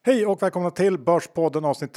Hej och välkomna till Börspodden avsnitt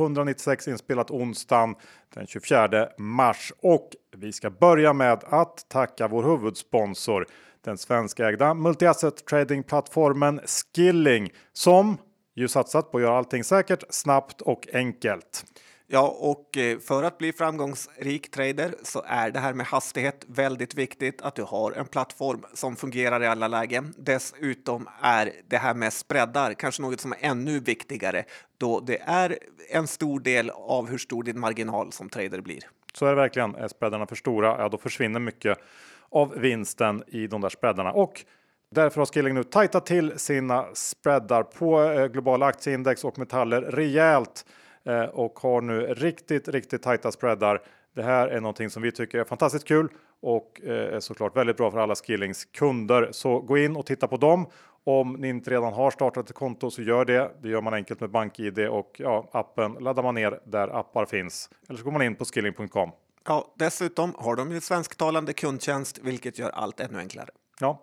396 inspelat onsdagen den 24 mars. Och vi ska börja med att tacka vår huvudsponsor, den svenskägda multi-asset tradingplattformen Skilling, som ju satsat på att göra allting säkert, snabbt och enkelt. Ja, och för att bli framgångsrik trader så är det här med hastighet väldigt viktigt, att du har en plattform som fungerar i alla lägen. Dessutom är det här med spreadar kanske något som är ännu viktigare, då det är en stor del av hur stor din marginal som trader blir. Så är det verkligen. Är spreadarna för stora, ja, då försvinner mycket av vinsten i de där spreadarna. Och därför har Skilling nu tajtat till sina spreadar på globala aktieindex och metaller rejält. Och har nu riktigt tajta spreadar. Det här är någonting som vi tycker är fantastiskt kul och är såklart väldigt bra för alla Skillings kunder. Så gå in och titta på dem. Om ni inte redan har startat ett konto så gör det. Det gör man enkelt med BankID och appen laddar man ner där appar finns. Eller så går man in på skilling.com. Ja, dessutom har de ju svensktalande kundtjänst, vilket gör allt ännu enklare. Ja,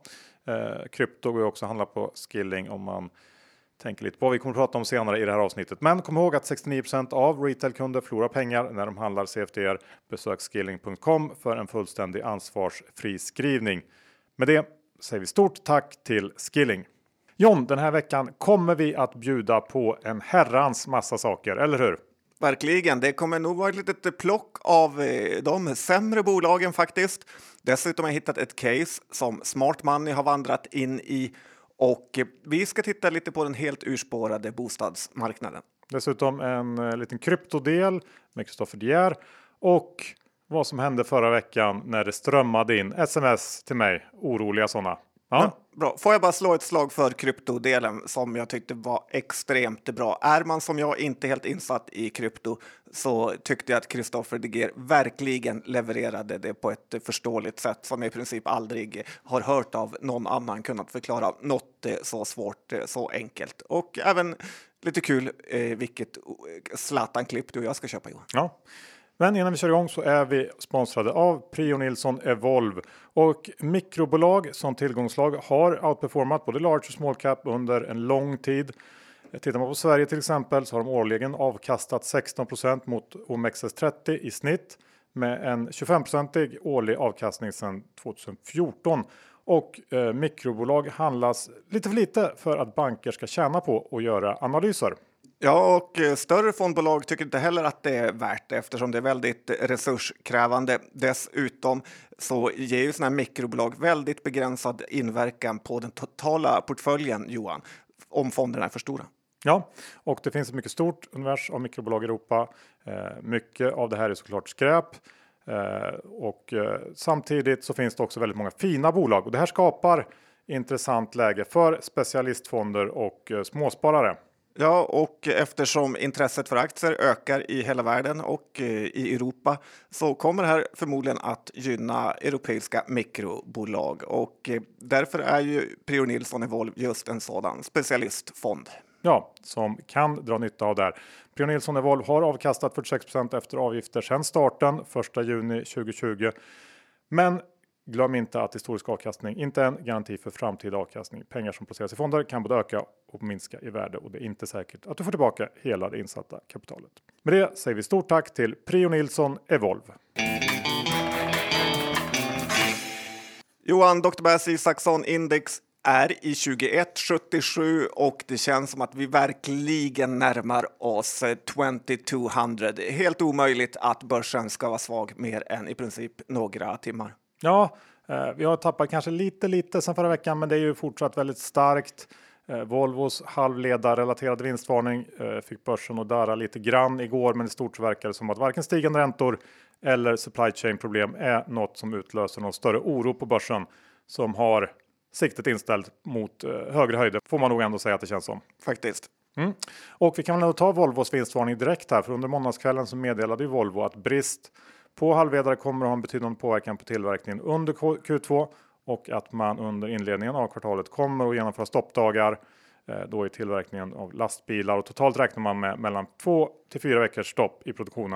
krypto går ju också att handla på Skilling om man tänker lite på vad vi kommer att prata om senare i det här avsnittet. Men kom ihåg att 69% av retailkunder förlorar pengar när de handlar CFDR. Besök skilling.com för en fullständig ansvarsfri skrivning. Med det säger vi stort tack till Skilling. John, den här veckan kommer vi att bjuda på en herrans massa saker, eller hur? Verkligen, det kommer nog vara ett litet plock av de sämre bolagen faktiskt. Dessutom har jag hittat ett case som Smart Money har vandrat in i. Och vi ska titta lite på den helt urspårade bostadsmarknaden. Dessutom en liten kryptodel med Christopher De Geer. Och vad som hände förra veckan när det strömmade in sms till mig. Oroliga sådana. Ja, bra. Får jag bara slå ett slag för kryptodelen som jag tyckte var extremt bra. Är man som jag inte helt insatt i krypto så tyckte jag att Christopher De Geer verkligen levererade det på ett förståeligt sätt som jag i princip aldrig har hört av någon annan kunnat förklara något så svårt, så enkelt. Och även lite kul vilket Zlatan-klipp du och jag ska köpa, Johan. Ja. Men innan vi kör igång så är vi sponsrade av Prio Nilsson Evolve. Och mikrobolag som tillgångslag har outperformat både large och small cap under en lång tid. Tittar man på Sverige till exempel så har de årligen avkastat 16% mot OMXS30 i snitt. Med en 25% årlig avkastning sedan 2014. Och mikrobolag handlas lite för lite för att banker ska tjäna på att göra analyser. Ja, och större fondbolag tycker inte heller att det är värt det eftersom det är väldigt resurskrävande. Dessutom så ger ju sådana här mikrobolag väldigt begränsad inverkan på den totala portföljen, Johan, om fonderna är för stora. Ja, och det finns ett mycket stort univers av mikrobolag i Europa. Mycket av det här är såklart skräp. Och samtidigt så finns det också väldigt många fina bolag. Och det här skapar intressant läge för specialistfonder och småsparare. Ja, och eftersom intresset för aktier ökar i hela världen och i Europa så kommer det här förmodligen att gynna europeiska mikrobolag. Och därför är ju Prio Nilsson Evolve just en sådan specialistfond. Ja, som kan dra nytta av det här. Prio Nilsson Evolve har avkastat 46% efter avgifter sedan starten 1 juni 2020. Men glöm inte att historisk avkastning inte är en garanti för framtida avkastning. Pengar som placeras i fonder kan både öka och minska i värde och det är inte säkert att du får tillbaka hela det insatta kapitalet. Med det säger vi stort tack till Prio Nilsson Evolve. Johan, Dr. Bass Isaksson Index är i 2177 och det känns som att vi verkligen närmar oss 2200. Det är helt omöjligt att börsen ska vara svag mer än i princip några timmar. Ja, vi har tappat kanske lite sen förra veckan, men det är ju fortsatt väldigt starkt. Volvos halvledarrelaterade vinstvarning fick börsen att darra lite grann igår, men i stort verkar det som att varken stigande räntor eller supply chain problem är något som utlöser någon större oro på börsen som har siktet inställt mot högre höjder, får man nog ändå säga att det känns som. Faktiskt. Och vi kan väl ta Volvos vinstvarning direkt här, för under måndagskvällen så meddelade ju Volvo att brist på halvledare kommer att ha en betydande påverkan på tillverkningen under Q2 och att man under inledningen av kvartalet kommer att genomföra stoppdagar då i tillverkningen av lastbilar och totalt räknar man med mellan 2 till 4 veckors stopp i produktionen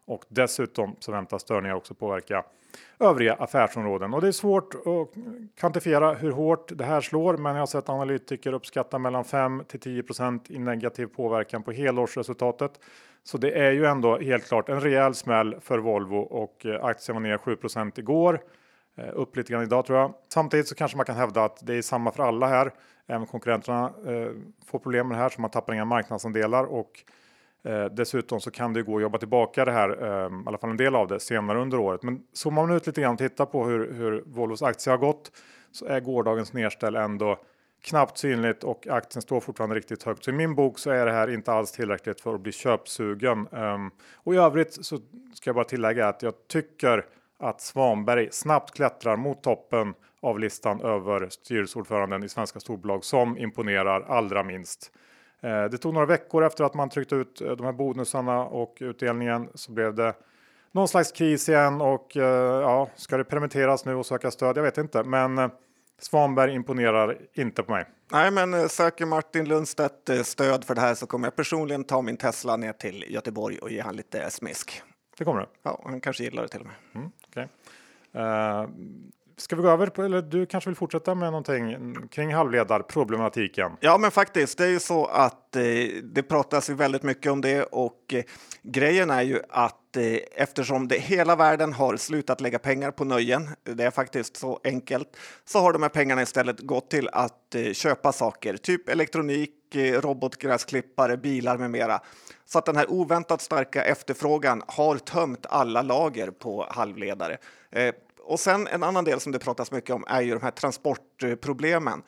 Och dessutom så väntas störningar också påverka övriga affärsområden. Och det är svårt att kvantifiera hur hårt det här slår, men jag har sett analytiker uppskatta mellan 5-10% i negativ påverkan på helårsresultatet. Så det är ju ändå helt klart en rejäl smäll för Volvo, och aktien var ner 7% igår. Upp lite grann idag tror jag. Samtidigt så kanske man kan hävda att det är samma för alla här. Även konkurrenterna får problem med det här, så man tappar inga marknadsandelar, och dessutom så kan det gå att jobba tillbaka det här, i alla fall en del av det, senare under året. Men zoomar man ut lite grann och tittar på hur Volvos aktie har gått, så är gårdagens nedställ ändå knappt synligt och aktien står fortfarande riktigt högt. Så i min bok så är det här inte alls tillräckligt för att bli köpsugen. Och i övrigt så ska jag bara tillägga att jag tycker att Svanberg snabbt klättrar mot toppen av listan över styrelseordföranden i svenska storbolag som imponerar allra minst. Det tog några veckor efter att man tryckte ut de här bonusarna och utdelningen, så blev det någon slags kris igen, och ja, ska det permitteras nu och söka stöd? Jag vet inte, men Svanberg imponerar inte på mig. Nej, men söker Martin Lundstedt stöd för det här så kommer jag personligen ta min Tesla ner till Göteborg och ge han lite smisk. Det kommer du? Ja, han kanske gillar det till och med. Okay. Ska vi gå över på, eller du kanske vill fortsätta med någonting kring halvledarproblematiken? Ja, men faktiskt, det är ju så att det pratas ju väldigt mycket om det, och grejen är ju att eftersom hela världen har slutat lägga pengar på nöjen, det är faktiskt så enkelt, så har de här pengarna istället gått till att köpa saker, typ elektronik, robotgräsklippare, bilar med mera. Så att den här oväntat starka efterfrågan har tömt alla lager på halvledare. Och sen en annan del som det pratas mycket om är ju de här transportproblemen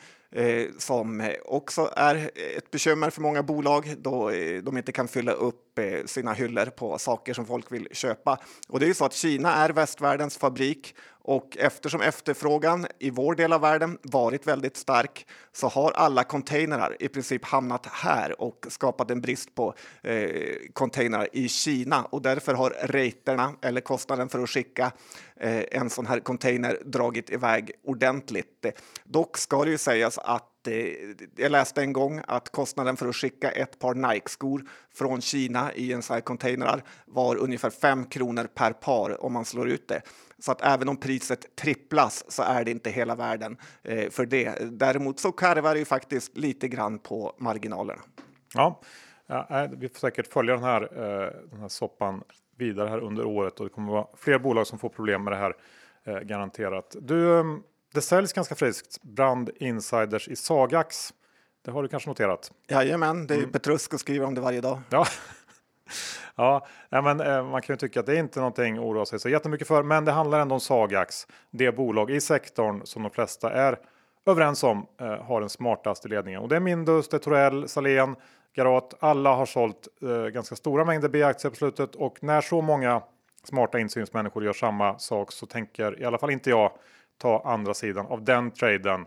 som också är ett bekymmer för många bolag då de inte kan fylla upp sina hyllor på saker som folk vill köpa. Och det är ju så att Kina är västvärldens fabrik, och eftersom efterfrågan i vår del av världen varit väldigt stark så har alla containrar i princip hamnat här och skapat en brist på containrar i Kina, och därför har raterna eller kostnaden för att skicka en sån här container dragit iväg ordentligt. Dock ska det ju sägas att jag läste en gång att kostnaden för att skicka ett par Nike-skor från Kina i en sån här container var ungefär 5 kronor per par om man slår ut det. Så att även om priset tripplas så är det inte hela världen för det. Däremot så karvar det ju faktiskt lite grann på marginalerna. Ja, vi får säkert följa den här soppan vidare här under året, och det kommer vara fler bolag som får problem med det här garanterat. Det säljs ganska friskt Brand Insiders i Sagax. Det har du kanske noterat? Jajamän, det är ju Petrusk att skriva om det varje dag. Ja. Ja, men man kan ju tycka att det är inte någonting att oroa sig så jättemycket för, men det handlar ändå om Sagax, det bolag i sektorn som de flesta är överens om har den smartaste ledningen. Och det är Mindus, det är Torell, Salén, Garat, alla har sålt ganska stora mängder B-aktier på slutet, och när så många smarta insynsmänniskor gör samma sak så tänker i alla fall inte jag ta andra sidan av den traden.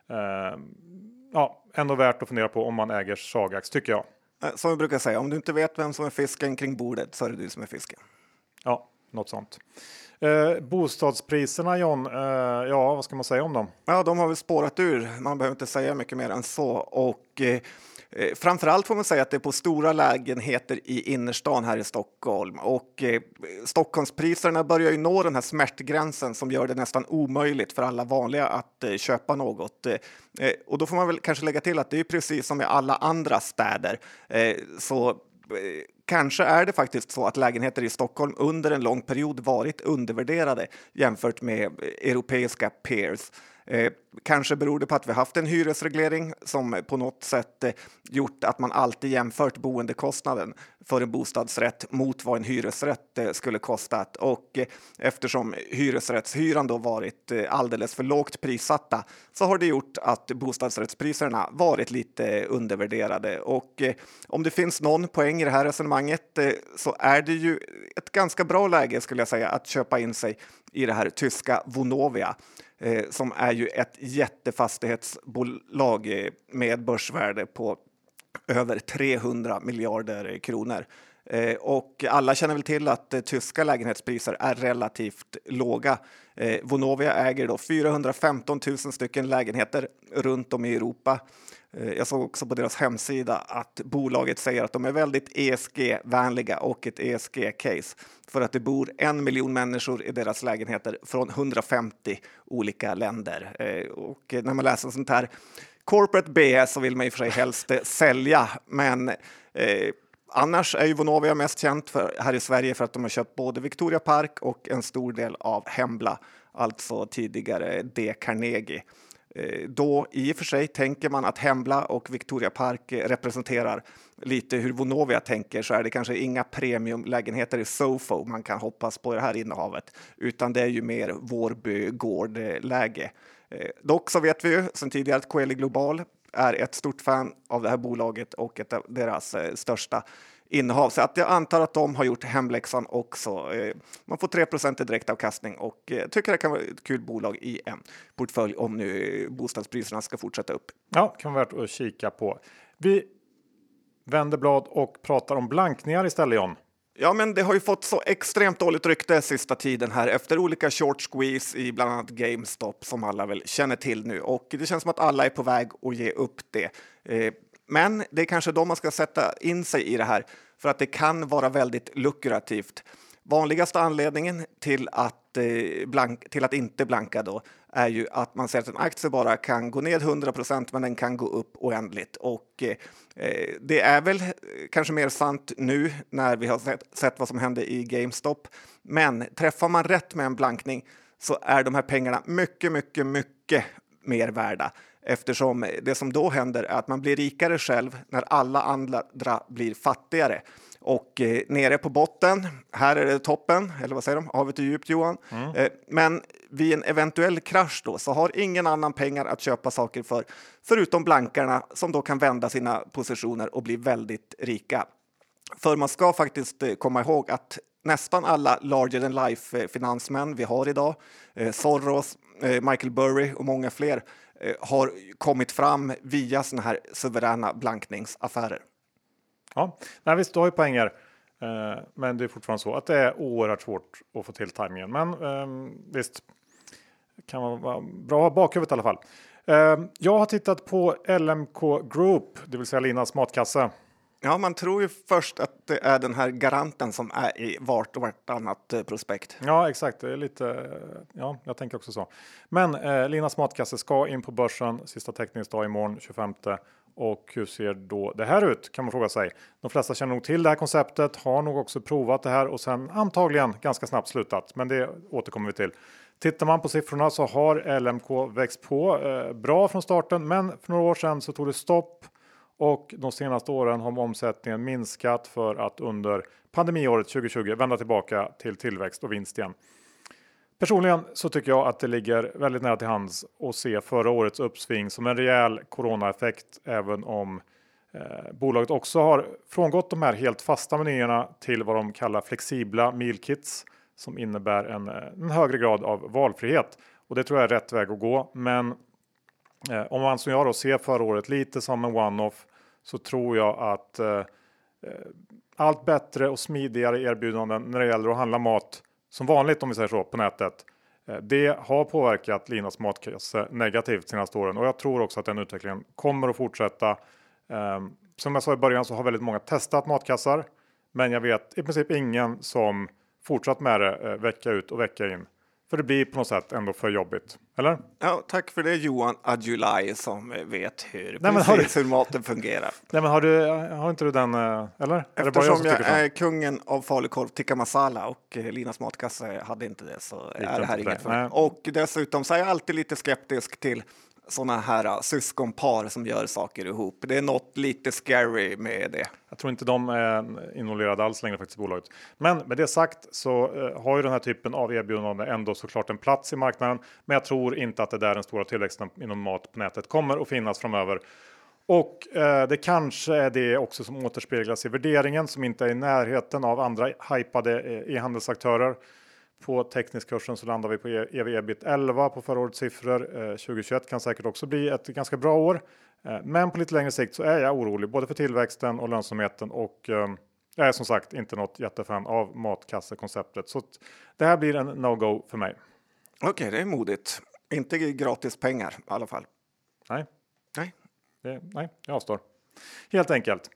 Ändå värt att fundera på om man äger Sagax, tycker jag. Som vi brukar säga, om du inte vet vem som är fisken kring bordet så är det du som är fisken. Ja, något sånt. Bostadspriserna, John, vad ska man säga om dem? Ja, de har väl spårat ur. Man behöver inte säga mycket mer än så. Och framförallt får man säga att det är på stora lägenheter i innerstan här i Stockholm. Och Stockholmspriserna börjar ju nå den här smärtgränsen som gör det nästan omöjligt för alla vanliga att köpa något. Och då får man väl kanske lägga till att det är precis som i alla andra städer. Kanske är det faktiskt så att lägenheter i Stockholm under en lång period varit undervärderade jämfört med europeiska peers. Kanske beror det på att vi haft en hyresreglering som på något sätt gjort att man alltid jämfört boendekostnaden för en bostadsrätt mot vad en hyresrätt skulle kostat. Och eftersom hyresrättshyran då varit alldeles för lågt prissatta så har det gjort att bostadsrättspriserna varit lite undervärderade. Och om det finns någon poäng i det här resonemanget så är det ju ett ganska bra läge skulle jag säga att köpa in sig i det här tyska Vonovia. Som är ju ett jättefastighetsbolag med börsvärde på över 300 miljarder kronor. Och alla känner väl till att tyska lägenhetspriser är relativt låga. Vonovia äger då 415 000 stycken lägenheter runt om i Europa. Jag såg också på deras hemsida att bolaget säger att de är väldigt ESG-vänliga och ett ESG-case för att det bor 1 miljon människor i deras lägenheter från 150 olika länder. Och när man läser sånt här corporate BS så vill man i och för sig helst sälja, men annars är ju Vonovia mest känt här i Sverige för att de har köpt både Victoria Park och en stor del av Hembla, alltså tidigare D. Carnegie. Då i och för sig tänker man att Hembla och Victoria Park representerar lite hur Vonovia tänker, så är det kanske inga premiumlägenheter i Sofo man kan hoppas på det här innehavet, utan det är ju mer Vårby gård-läge. Dock så vet vi ju sedan tidigare att Coeli Global är ett stort fan av det här bolaget och ett av deras största innehav. Så att jag antar att de har gjort hemläxan också. Man får 3% i direktavkastning och tycker det kan vara ett kul bolag i en portfölj om nu bostadspriserna ska fortsätta upp. Ja, kan vara värt att kika på. Vi vänder blad och pratar om blankningar istället, John. Ja, men det har ju fått så extremt dåligt rykte sista tiden här efter olika short squeeze i bland annat GameStop som alla väl känner till nu, och det känns som att alla är på väg att ge upp det. Men det är kanske då man ska sätta in sig i det här för att det kan vara väldigt lukrativt. Vanligaste anledningen till att inte blanka då är ju att man ser att en aktie bara kan gå ned 100% men den kan gå upp oändligt. Och det är väl kanske mer sant nu när vi har sett vad som hände i GameStop. Men träffar man rätt med en blankning så är de här pengarna mycket mer värda. Eftersom det som då händer är att man blir rikare själv när alla andra blir fattigare. Och nere på botten, här är det toppen, eller vad säger de? Havet är djupt, Johan. Men vid en eventuell krasch då så har ingen annan pengar att köpa saker för, förutom blankarna som då kan vända sina positioner och bli väldigt rika. För man ska faktiskt komma ihåg att nästan alla larger than life finansmän vi har idag, Soros, Michael Burry och många fler, har kommit fram via såna här suveräna blankningsaffärer. Ja, nej, visst, du har ju poänger. Men det är fortfarande så att det är oerhört svårt att få till tajmingen. Men visst, kan vara bra bakhuvudet i alla fall. Jag har tittat på LMK Group, det vill säga Linas matkasse. Ja, man tror ju först att det är den här garanten som är i vart och vartannat prospekt. Ja, exakt. Det är lite, ja, jag tänker också så. Men Linas matkasse ska in på börsen, sista teckningsdag imorgon 25. Och hur ser då det här ut, kan man fråga sig. De flesta känner nog till det här konceptet, har nog också provat det här och sen antagligen ganska snabbt slutat. Men det återkommer vi till. Tittar man på siffrorna så har LMK växt på bra från starten, men för några år sedan så tog det stopp. Och de senaste åren har omsättningen minskat för att under pandemiåret 2020 vända tillbaka till tillväxt och vinst igen. Personligen så tycker jag att det ligger väldigt nära till hands att se förra årets uppsving som en rejäl coronaeffekt, även om bolaget också har frångått de här helt fasta menyerna till vad de kallar flexibla meal kits som innebär en högre grad av valfrihet. Och det tror jag är rätt väg att gå, men om man som jag då ser förra året lite som en one-off, så tror jag att allt bättre och smidigare erbjudanden när det gäller att handla mat som vanligt, om vi säger så, på nätet. Det har påverkat Linas matkasse negativt senaste åren, och jag tror också att den utvecklingen kommer att fortsätta. Som jag sa i början så har väldigt många testat matkassar, men jag vet i princip ingen som fortsatt med det vecka ut och vecka in. För det blir på något sätt ändå för jobbigt, eller? Ja, tack för det Johan Adjulaj som vet hur maten fungerar. Nej, men har inte du den, eller? Eftersom jag är kungen av falukorv tikka masala och Linas matkasse hade inte det, så är det här inget för mig. Och dessutom så är jag alltid lite skeptisk till såna här syskonpar som gör saker ihop. Det är något lite scary med det. Jag tror inte de är involverade alls längre faktiskt i bolaget. Men med det sagt så har ju den här typen av erbjudanden ändå såklart en plats i marknaden. Men jag tror inte att det där den stora tillväxten inom mat på nätet kommer att finnas framöver. Och det kanske är det också som återspeglas i värderingen, som inte är i närheten av andra hypade e-handelsaktörer. På teknisk-kursen så landar vi på EV/EBIT 11 på förra årets siffror. 2021 kan säkert också bli ett ganska bra år. Men på lite längre sikt så är jag orolig både för tillväxten och lönsamheten. Och jag är som sagt inte något jättefan av matkassekonceptet. Så det här blir en no-go för mig. Okej, det är modigt. Inte gratis pengar i alla fall. Nej. Nej, jag avstår. Helt enkelt.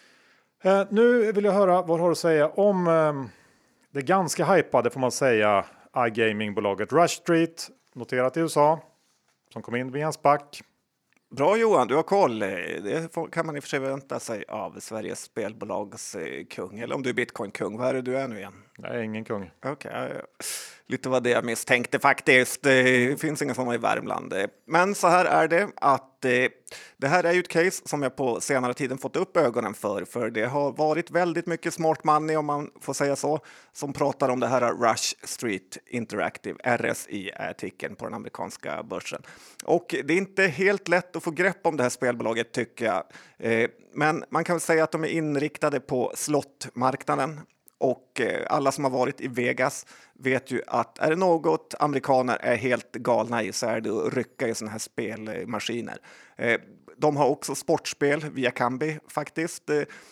Nu vill jag höra vad du har att säga om det ganska hypade, får man säga, iGaming-bolaget Rush Street, noterat i USA, som kom in via en SPAC. Bra Johan, du har koll. Det kan man i och för sig vänta sig av Sveriges spelbolags kung. Eller om du är bitcoin-kung, vad är det du är nu igen? Jag är ingen kung. Okej, lite vad det jag misstänkte faktiskt. Det finns inga sådana i Värmland. Men så här är det att det här är ju ett case som jag på senare tiden fått upp ögonen för det har varit väldigt mycket smart money, om man får säga så, som pratar om det här Rush Street Interactive, RSI är artikeln på den amerikanska börsen. Och det är inte helt lätt att få grepp om det här spelbolaget tycker jag. Men man kan väl säga att de är inriktade på slottmarknaden. Och alla som har varit i Vegas vet ju att är det något amerikaner är helt galna i så är det att rycka i såna här spelmaskiner. De har också sportspel via Kambi faktiskt.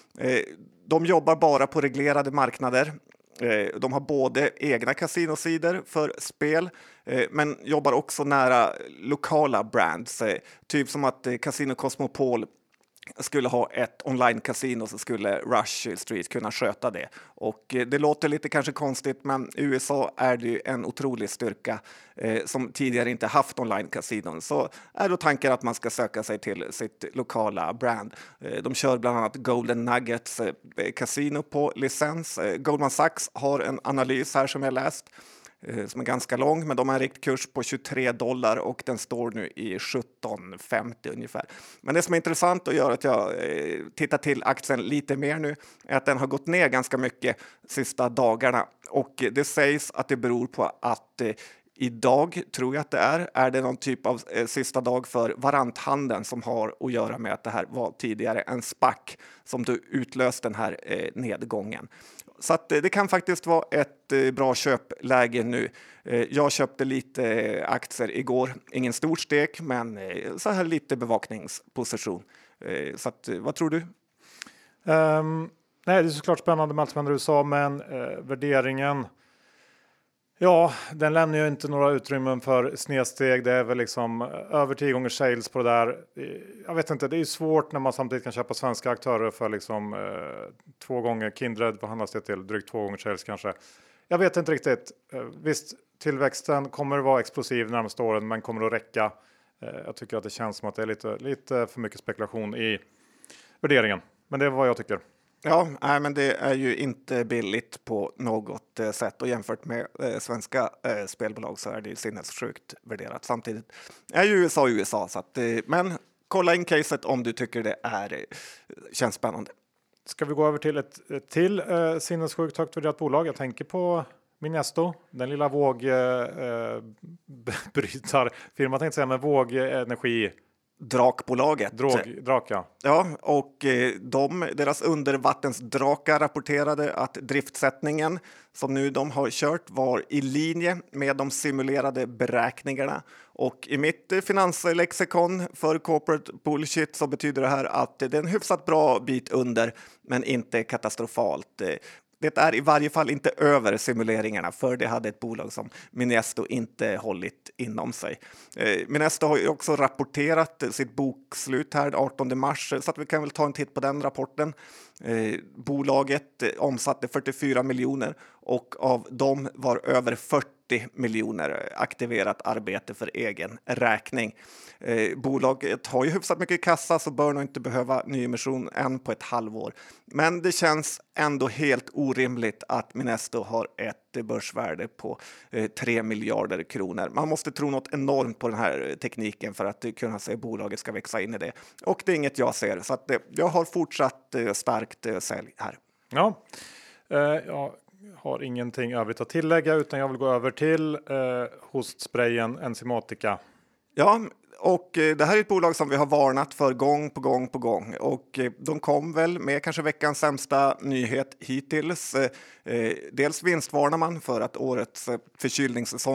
De jobbar bara på reglerade marknader. De har både egna kasinosidor för spel men jobbar också nära lokala brands. Typ som att Casino Cosmopol skulle ha ett online-casino så skulle Rush Street kunna sköta det. Och det låter lite kanske konstigt, men i USA är det ju en otrolig styrka som tidigare inte haft online-casinon. Så är då tanken att man ska söka sig till sitt lokala brand. De kör bland annat Golden Nuggets casino på licens. Goldman Sachs har en analys här som jag läst som är ganska lång, men de har en riktkurs på $23 och den står nu i 17,50 ungefär. Men det som är intressant och gör att jag tittar till aktien lite mer nu är att den har gått ner ganska mycket sista dagarna och det sägs att det beror på att idag, tror jag att det är det någon typ av sista dag för varanthandeln som har att göra med att det här var tidigare en SPAC som då utlöst den här nedgången. Så att det kan faktiskt vara ett bra köpläge nu. Jag köpte lite aktier igår, ingen stor stek men så här lite bevakningsposition. Så att, vad tror du? Nej, det är såklart spännande med allt som händer i USA, men värderingen, ja, den lämnar ju inte några utrymmen för snedsteg. Det är väl liksom över 10 gånger sales på det där. Jag vet inte, det är ju svårt när man samtidigt kan köpa svenska aktörer för liksom 2 gånger Kindred, vad handlas det till? Drygt 2 gånger sales kanske. Jag vet inte riktigt. Visst, tillväxten kommer att vara explosiv närmaste åren, men kommer att räcka. Jag tycker att det känns som att det är lite för mycket spekulation i värderingen. Men det är vad jag tycker. Ja, men det är ju inte billigt på något sätt och jämfört med svenska spelbolag så är det sinnessjukt värderat. Samtidigt är ju USA så att, men kolla in caset om du tycker det känns spännande. Ska vi gå över till ett till sinnessjukt högt värderat bolag? Jag tänker på Minesto, den lilla vågbrytarfirman tänkte säga, med vågenergi. Drakbolaget. Draka. Ja, och deras undervattensdrakar rapporterade att driftsättningen som nu de har kört var i linje med de simulerade beräkningarna. Och i mitt finanslexikon för corporate bullshit så betyder det här att det är en hyfsat bra bit under, men inte katastrofalt. Det är i varje fall inte över simuleringarna, för det hade ett bolag som Minesto inte hållit inom sig. Minesto har ju också rapporterat sitt bokslut här 18 mars, så att vi kan väl ta en titt på den rapporten. Bolaget omsatte 44 miljoner och av dem var över 40 miljoner aktiverat arbete för egen räkning. Bolaget har ju hyfsat mycket kassa så bör nog inte behöva nyemission än på ett halvår. Men det känns ändå helt orimligt att Minesto har ett börsvärde på 3 miljarder kronor. Man måste tro något enormt på den här tekniken för att kunna se bolaget ska växa in i det. Och det är inget jag ser, så att jag har fortsatt starkt sälj här. Ja, jag har ingenting övrigt att tillägga utan jag vill gå över till hostsprayen Enzymatica. Ja, och det här är ett bolag som vi har varnat för gång på gång och de kom väl med kanske veckans sämsta nyhet hittills. Dels vinstvarnar man för att årets förkylningssäsong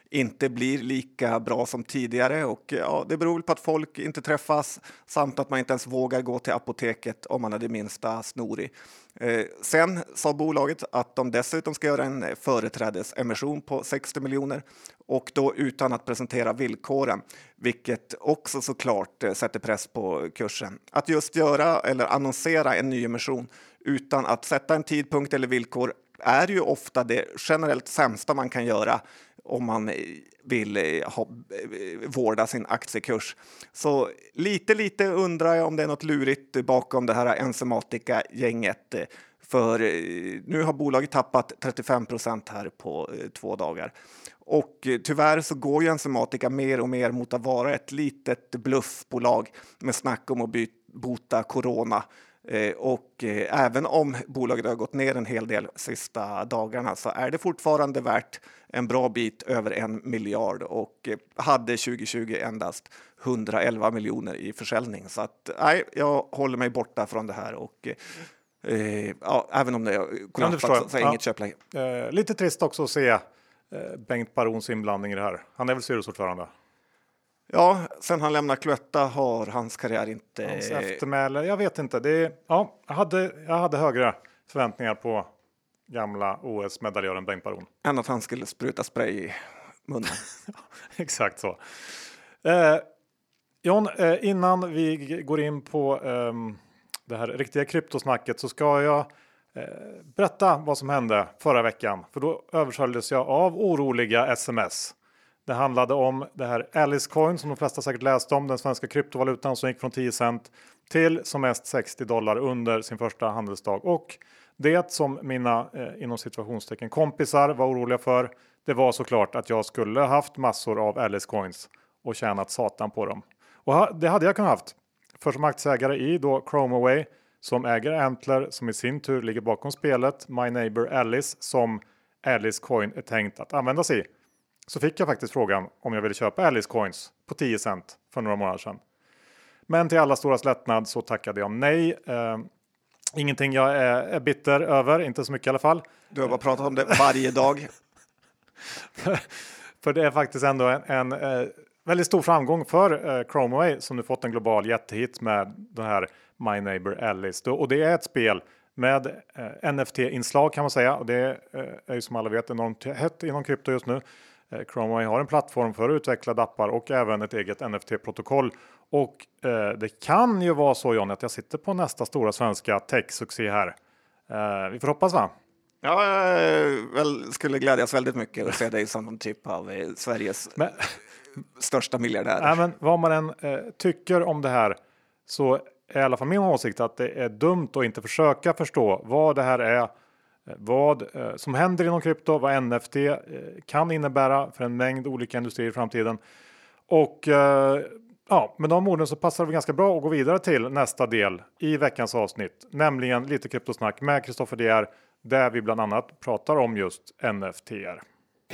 inte blir lika bra som tidigare. Och ja, det beror på att folk inte träffas samt att man inte ens vågar gå till apoteket om man är det minsta snorig. Sen sa bolaget att de dessutom ska göra en företrädesemission på 60 miljoner och då utan att presentera villkoren, vilket också såklart sätter press på kursen. Att just göra eller annonsera en ny emission utan att sätta en tidpunkt eller villkor är ju ofta det generellt sämsta man kan göra om man vill vårda sin aktiekurs. Så lite undrar jag om det är något lurigt bakom det här Enzymatica-gänget. För nu har bolaget tappat 35% här på 2 dagar. Och tyvärr så går ju Enzymatica mer och mer mot att vara ett litet bluffbolag med snack om att bota corona. Och även om bolaget har gått ner en hel del sista dagarna så är det fortfarande värt en bra bit över 1 miljard och hade 2020 endast 111 miljoner i försäljning. Så att nej, jag håller mig borta från det här och ja, även om det är kollapsat så är inget köpläge. Lite trist också att se Bengt Barons inblandning i det här. Han är väl styrelseordförande? Ja, sen han lämnar Cloetta har hans karriär inte... Hans eftermäle, jag vet inte. Jag hade högre förväntningar på gamla OS-medaljören Bengt Baron. Än att han skulle spruta spray i munnen. Exakt så. John, innan vi går in på det här riktiga kryptosnacket så ska jag berätta vad som hände förra veckan. För då översköljdes jag av oroliga sms. Det handlade om det här Alice Coin som de flesta säkert läste om. Den svenska kryptovalutan som gick från 10 cent till som mest $60 under sin första handelsdag. Och det som mina inom situationstecken kompisar var oroliga för, det var såklart att jag skulle haft massor av Alice Coins och tjänat satan på dem. Och det hade jag kunnat haft. För som aktieägare i då Chromaway som äger Antler som i sin tur ligger bakom spelet My Neighbor Alice som Alice Coin är tänkt att användas i. Så fick jag faktiskt frågan om jag ville köpa Alice Coins på 10 cent för några månader sedan. Men till alla stora lättnad så tackade jag nej. Ingenting jag är bitter över, inte så mycket i alla fall. Du har bara pratat om det varje dag. För det är faktiskt ändå en väldigt stor framgång för Chromaway som nu fått en global jättehit med den här My Neighbor Alice. Och det är ett spel med NFT-inslag kan man säga. Och det är ju som alla vet enormt hett inom krypto just nu. Chromaway har en plattform för utvecklade appar och även ett eget NFT-protokoll. Och det kan ju vara så John att jag sitter på nästa stora svenska tech-succé här. Vi får hoppas va? Ja, jag skulle glädjas väldigt mycket att se dig som någon typ av Sveriges största miljardär. Nej, men vad man än tycker om det här så är i alla fall min åsikt att det är dumt att inte försöka förstå vad det här är. Vad som händer inom krypto, vad NFT kan innebära för en mängd olika industrier i framtiden. Och ja, med de orden så passar det ganska bra att gå vidare till nästa del i veckans avsnitt. Nämligen lite kryptosnack med Christopher De Geer där vi bland annat pratar om just NFT:er.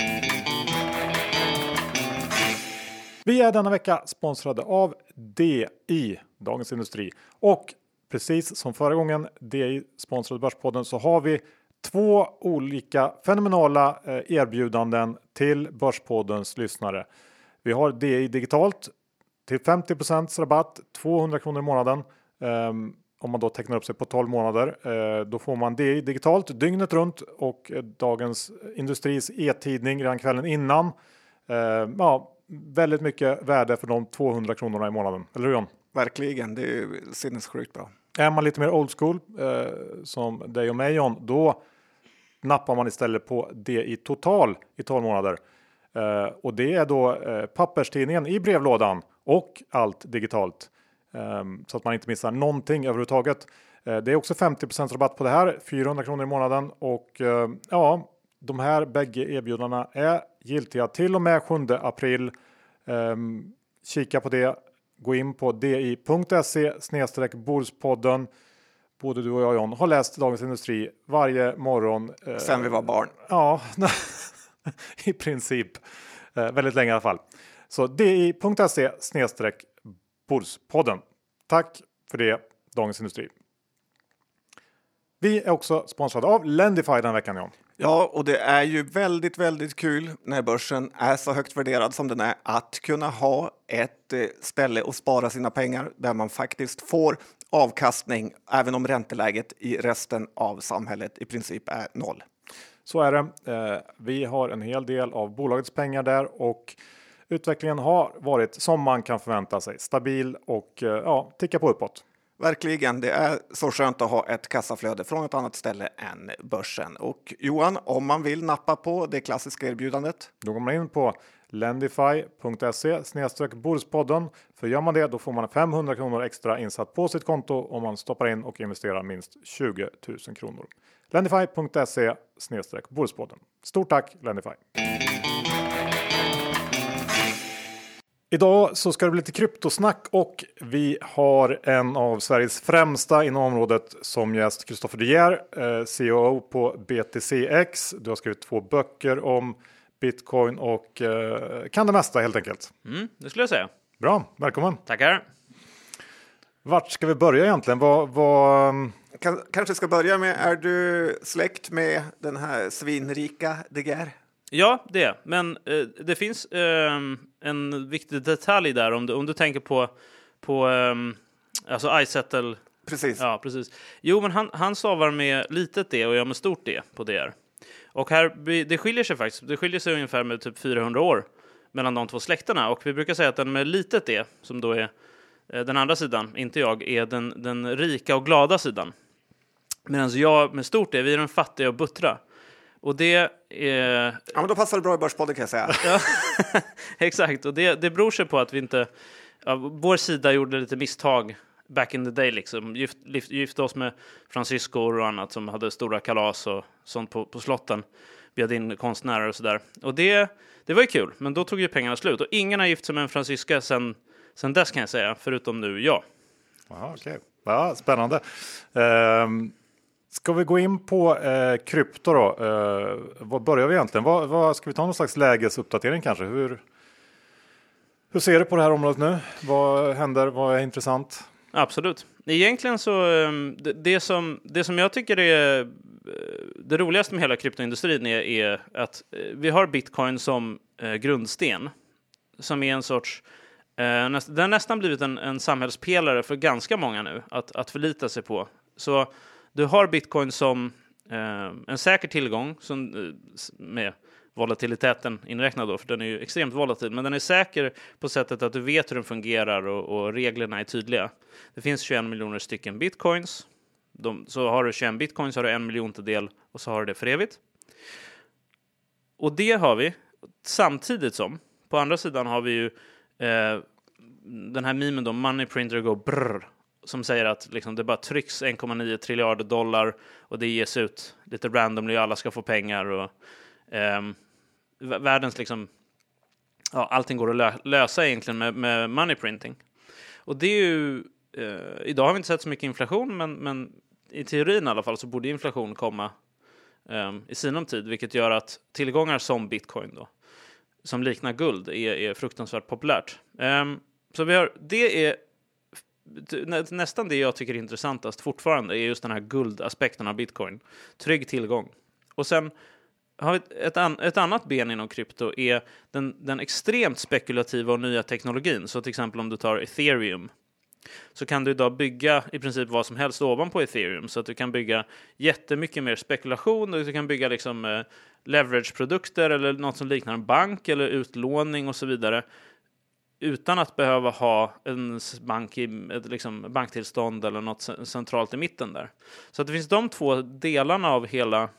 Vi är denna vecka sponsrade av DI, Dagens Industri. Och precis som förra gången DI sponsrade Börspodden så har vi 2 olika fenomenala erbjudanden till Börspoddens lyssnare. Vi har DI digitalt till 50% rabatt, 200 kronor i månaden. Om man då tecknar upp sig på 12 månader. Då får man DI digitalt dygnet runt och Dagens Industris e-tidning redan kvällen innan. Ja, väldigt mycket värde för de 200 kronorna i månaden. Eller hur John? Verkligen, det är ju sinnessjukt bra. Är man lite mer old school som dig och mig John, då nappar man istället på DI total i 12 månader. Och det är då papperstidningen i brevlådan och allt digitalt. Så att man inte missar någonting överhuvudtaget. Det är också 50% rabatt på det här, 400 kronor i månaden. Och ja, de här bägge erbjudandena är giltiga till och med 7 april. Kika på det. Gå in på di.se/Borspodden. Både du och jag John har läst Dagens Industri varje morgon. Sen vi var barn. Ja, i princip. Väldigt länge i alla fall. Så di.se/Borspodden. Tack för det, Dagens Industri. Vi är också sponsrade av Lendify den veckan John. Ja, och det är ju väldigt, väldigt kul när börsen är så högt värderad som den är att kunna ha ett ställe att spara sina pengar där man faktiskt får avkastning även om ränteläget i resten av samhället i princip är noll. Så är det. Vi har en hel del av bolagets pengar där och utvecklingen har varit som man kan förvänta sig. Stabil och tickar på uppåt. Verkligen, det är så skönt att ha ett kassaflöde från ett annat ställe än börsen. Och Johan, om man vill nappa på det klassiska erbjudandet? Då går man in på lendify.se/Boruspodden. För gör man det då får man 500 kronor extra insatt på sitt konto om man stoppar in och investerar minst 20 000 kronor. Lendify.se/Boruspodden. Stort tack Lendify! Idag så ska det bli lite kryptosnack och vi har en av Sveriges främsta inom området som gäst, Christopher de Geer, CEO på BTCX. Du har skrivit 2 böcker om Bitcoin och kan det mesta helt enkelt. Det skulle jag säga. Bra, välkommen. Tackar. Vart ska vi börja egentligen? Kanske ska börja med, är du släkt med den här svinrika de Geer? Ja, det. Men det finns en viktig detalj där om du tänker på alltså iSettle. Precis. Ja, precis. Jo, men han stavar med litet D och jag med stort D på DR. Och här, det skiljer sig faktiskt. Det skiljer sig ungefär med typ 400 år mellan de två släkterna. Och vi brukar säga att den med litet D, som då är den andra sidan, inte jag, är den rika och glada sidan. Medan jag med stort D, vi är den fattiga och buttra. Och det är... Ja, men då passar det bra i Börspodden kan jag säga. Ja, exakt. Och det beror sig på att vi inte... Ja, vår sida gjorde lite misstag back in the day. Liksom. Gifte oss med fransyskor och annat som hade stora kalas och sånt på slotten. Bjöd in konstnärer och sådär. Och det var ju kul, men då tog ju pengarna slut. Och ingen har gift sig med en fransyska sen dess kan jag säga, förutom nu jag. Aha, okay. Ja, spännande. Ska vi gå in på krypto då? Vad börjar vi egentligen? Ska vi ta någon slags lägesuppdatering kanske? Hur ser du på det här området nu? Vad händer? Vad är intressant? Absolut. Egentligen så det som jag tycker är det roligaste med hela kryptoindustrin är att vi har Bitcoin som grundsten. Som är en sorts det har nästan blivit en samhällspelare för ganska många nu att förlita sig på. Så du har Bitcoin som en säker tillgång som, med volatiliteten inräknad då, för den är ju extremt volatil, men den är säker på sättet att du vet hur den fungerar och reglerna är tydliga. Det finns 21 miljoner stycken bitcoins. Så har du 21 bitcoins har du 1 miljontedel och så har du det för evigt. Och det har vi samtidigt som på andra sidan har vi ju den här memen då, money printer go brrr, som säger att liksom, det bara trycks 1,9 triljarder dollar och det ges ut lite randomly och alla ska få pengar och världens liksom, ja, allting går att lösa egentligen med money printing. Och det är ju idag har vi inte sett så mycket inflation, men i teorin i alla fall så borde inflation komma i sinom tid, vilket gör att tillgångar som bitcoin då, som liknar guld, är fruktansvärt populärt. Så det är nästan det jag tycker är intressantast fortfarande är just den här guldaspekten av bitcoin. Trygg tillgång. Och sen har vi ett annat ben inom krypto är den extremt spekulativa och nya teknologin. Så till exempel om du tar Ethereum så kan du idag bygga i princip vad som helst ovanpå Ethereum. Så att du kan bygga jättemycket mer spekulation och du kan bygga liksom leverage-produkter eller något som liknar en bank eller utlåning och så vidare utan att behöva ha en banktillstånd eller något centralt i mitten där. Så att det finns de två delarna av hela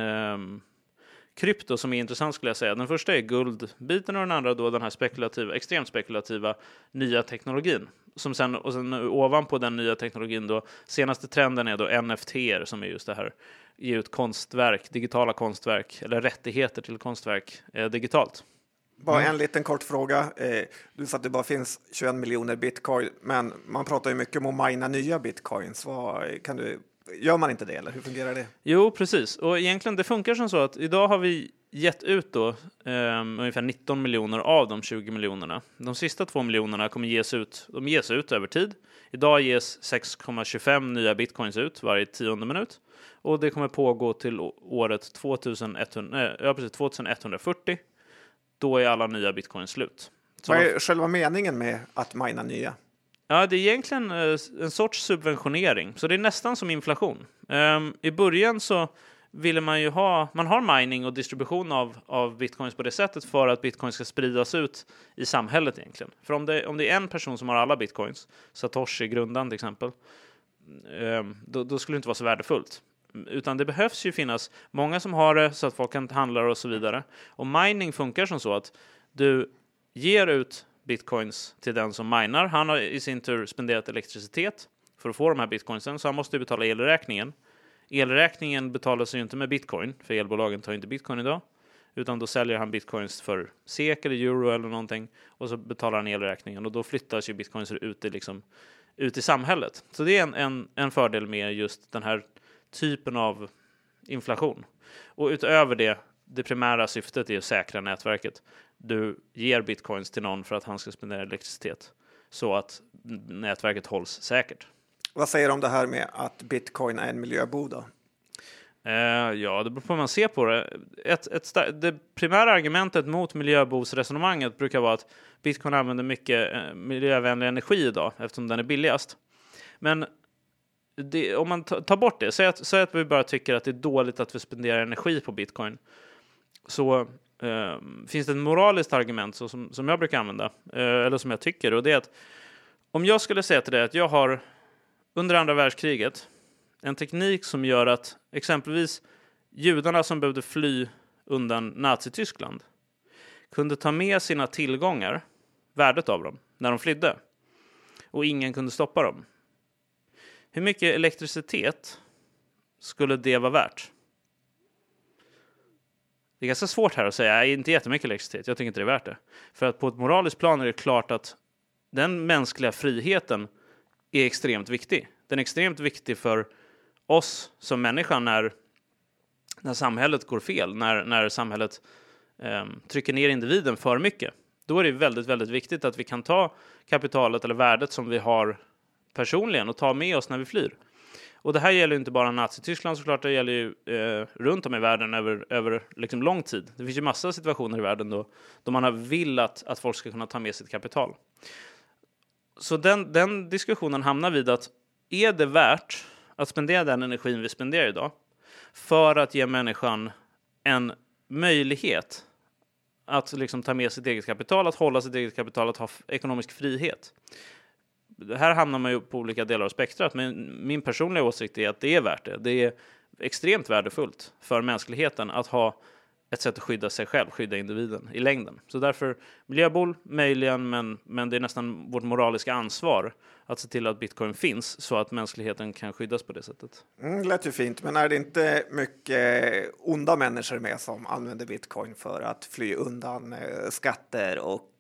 krypto som är intressant skulle jag säga. Den första är guldbiten och den andra då den här extremt spekulativa nya teknologin. Som sen ovanpå den nya teknologin då, senaste trenden är då NFT:er som är just det här, ge ut konstverk, digitala konstverk eller rättigheter till konstverk digitalt. Bara en liten kort fråga. Du sa att det bara finns 21 miljoner bitcoin, men man pratar ju mycket om att mina nya bitcoins. Gör man inte det eller hur fungerar det? Jo, precis. Och egentligen det funkar som så att idag har vi gett ut då ungefär 19 miljoner av de 20 miljonerna. De sista 2 miljonerna kommer ges ut över tid. Idag ges 6,25 nya bitcoins ut varje 10:e minut. Och det kommer pågå till året 2140. Då är alla nya bitcoins slut. Så vad är själva meningen med att mina nya? Ja, det är egentligen en sorts subventionering. Så det är nästan som inflation. I början så ville man ju man har mining och distribution av bitcoins på det sättet för att bitcoin ska spridas ut i samhället egentligen. För om det är en person som har alla bitcoins, Satoshi grundaren till exempel, då skulle det inte vara så värdefullt. Utan det behövs ju finnas många som har det så att folk kan handla och så vidare. Och mining funkar som så att du ger ut bitcoins till den som minar. Han har i sin tur spenderat elektricitet för att få de här bitcoinsen, så han måste betala elräkningen. Elräkningen betalas ju inte med bitcoin, för elbolagen tar inte bitcoin idag, utan då säljer han bitcoins för SEK eller euro eller någonting, och så betalar han elräkningen, och då flyttas ju bitcoins ut i samhället. Så det är en fördel med just den här typen av inflation. Och utöver det primära syftet är att säkra nätverket. Du ger bitcoins till någon för att han ska spendera elektricitet så att nätverket hålls säkert. Vad säger du om det här med att bitcoin är en miljöbov då? Ja, det beror på hur man ser på det. Det primära argumentet mot miljöbovsresonemanget brukar vara att bitcoin använder mycket miljövänlig energi idag eftersom den är billigast. Men om man tar bort det, säg att vi bara tycker att det är dåligt att vi spenderar energi på bitcoin, så finns det ett moraliskt argument som jag brukar använda, eller som jag tycker, och det är att om jag skulle säga till dig att jag har under andra världskriget en teknik som gör att exempelvis judarna som behövde fly undan Nazityskland kunde ta med sina tillgångar, värdet av dem, när de flydde, och ingen kunde stoppa dem. Hur mycket elektricitet skulle det vara värt? Det är ganska svårt här att säga, inte jättemycket elektricitet, jag tycker inte det är värt det. För att på ett moraliskt plan är det klart att den mänskliga friheten är extremt viktig. Den är extremt viktig för oss som människa när samhället går fel, när samhället trycker ner individen för mycket. Då är det väldigt, väldigt viktigt att vi kan ta kapitalet eller värdet som vi har personligen och ta med oss när vi flyr. Och det här gäller ju inte bara Nazityskland såklart, det gäller ju runt om i världen över liksom lång tid. Det finns ju massa situationer i världen då man vill att folk ska kunna ta med sitt kapital. Så den diskussionen hamnar vid att är det värt att spendera den energin vi spenderar idag för att ge människan en möjlighet att liksom ta med sitt eget kapital, att hålla sitt eget kapital, att ha ekonomisk frihet. Här hamnar man ju på olika delar av spektrat, men min personliga åsikt är att det är värt det. Det är extremt värdefullt för mänskligheten att ha ett sätt att skydda sig själv, skydda individen i längden. Så därför miljöbol möjligen, men det är nästan vårt moraliska ansvar att se till att bitcoin finns så att mänskligheten kan skyddas på det sättet. Lät ju fint, men är det inte mycket onda människor med som använder bitcoin för att fly undan skatter och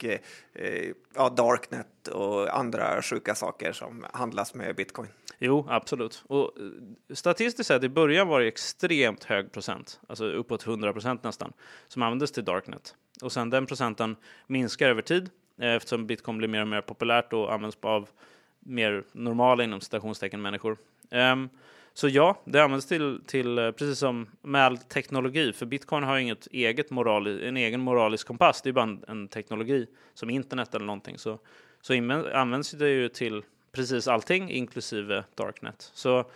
darknet och andra sjuka saker som handlas med bitcoin? Jo, absolut. Och statistiskt sett i början var det extremt hög procent, alltså uppåt 100% nästan, som användes till darknet. Och sen den procenten minskar över tid eftersom bitcoin blir mer och mer populärt och används av mer normala inom citationstecken människor. Så ja, det används till precis som med all teknologi, för bitcoin har inget en egen moralisk kompass, det är bara en teknologi som internet eller någonting. Så används det ju till precis allting, inklusive darknet. Så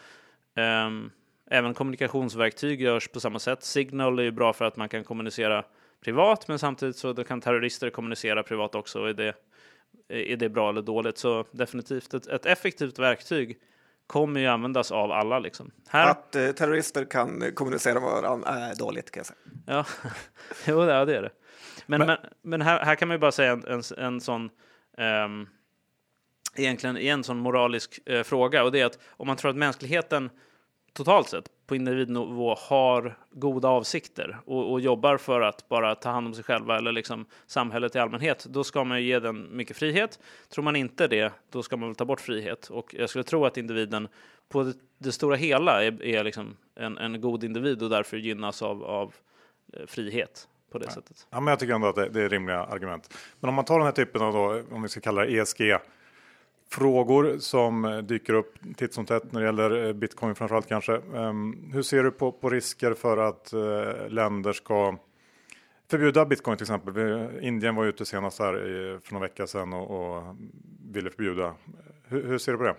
även kommunikationsverktyg görs på samma sätt. Signal är ju bra för att man kan kommunicera privat, men samtidigt så då kan terrorister kommunicera privat också. Är det bra eller dåligt? Så definitivt ett effektivt verktyg kommer ju användas av alla. Liksom. Att terrorister kan kommunicera med varandra är dåligt, kan jag säga. Ja, jo, det är det. Men här kan man ju bara säga en sån egentligen en sån moralisk fråga, och det är att om man tror att mänskligheten totalt sett på individnivå har goda avsikter och jobbar för att bara ta hand om sig själva eller liksom samhället i allmänhet, då ska man ju ge den mycket frihet. Tror man inte det, då ska man väl ta bort frihet. Och jag skulle tro att individen på det stora hela är liksom en god individ och därför gynnas av frihet på det sättet. Ja, men jag tycker ändå att det är rimliga argument. Men om man tar den här typen av då, om vi ska kalla det ESG-frågor som dyker upp titt som tätt när det gäller bitcoin framförallt kanske. Hur ser du på risker för att länder ska förbjuda bitcoin till exempel? Indien var ute senast här för några veckor sedan och ville förbjuda. Hur ser du på det?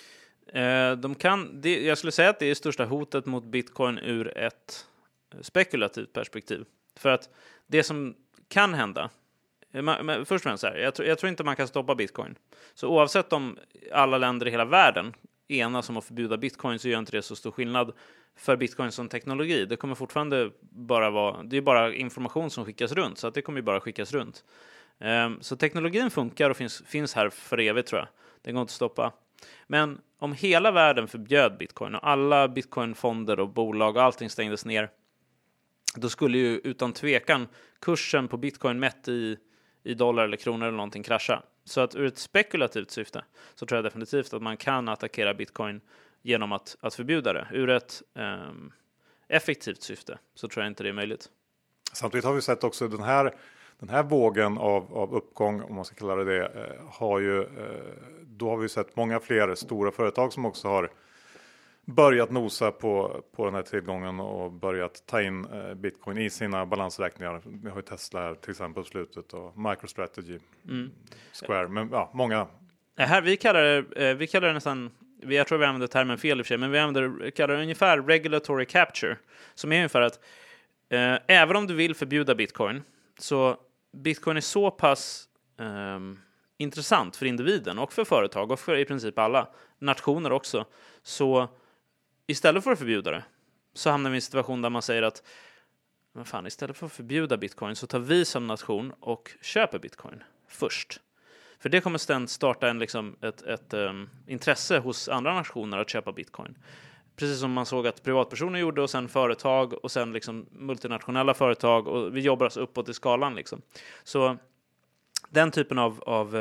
Jag skulle säga att det är största hotet mot bitcoin ur ett spekulativt perspektiv. För att det som kan hända, först och främst så här, jag tror inte man kan stoppa bitcoin. Så oavsett om alla länder i hela världen enas om att förbjuda bitcoin, så gör inte det så stor skillnad för bitcoin som teknologi. Det kommer fortfarande det är bara information som skickas runt, så att det kommer ju bara skickas runt. Så teknologin funkar och finns här för evigt, tror jag. Det går inte att stoppa. Men om hela världen förbjöd bitcoin och alla bitcoinfonder och bolag och allting stängdes ner, då skulle ju utan tvekan kursen på bitcoin mätt i dollar eller kronor eller någonting krascha. Så att ur ett spekulativt syfte så tror jag definitivt att man kan attackera bitcoin genom att förbjuda det. Ur ett effektivt syfte så tror jag inte det är möjligt. Samtidigt har vi sett också den här vågen av uppgång, om man ska kalla det, då har vi sett många fler stora företag som också har börjat nosa på den här tillgången och börjat ta in bitcoin i sina balansräkningar. Vi har ju Tesla här till exempel på slutet och MicroStrategy, Square, men ja, många. Här vi kallar det nästan, jag tror vi använder termen fel i och för sig, men vi kallar det ungefär regulatory capture, som är ungefär att även om du vill förbjuda bitcoin, så bitcoin är så pass intressant för individen och för företag och för i princip alla nationer också, så istället för att förbjuda det så hamnar vi i en situation där man säger att istället för att förbjuda bitcoin så tar vi som nation och köper bitcoin först. För det kommer sedan starta ett intresse hos andra nationer att köpa bitcoin. Precis som man såg att privatpersoner gjorde och sen företag och sen multinationella företag, och vi jobbar oss uppåt i skalan . Så den typen av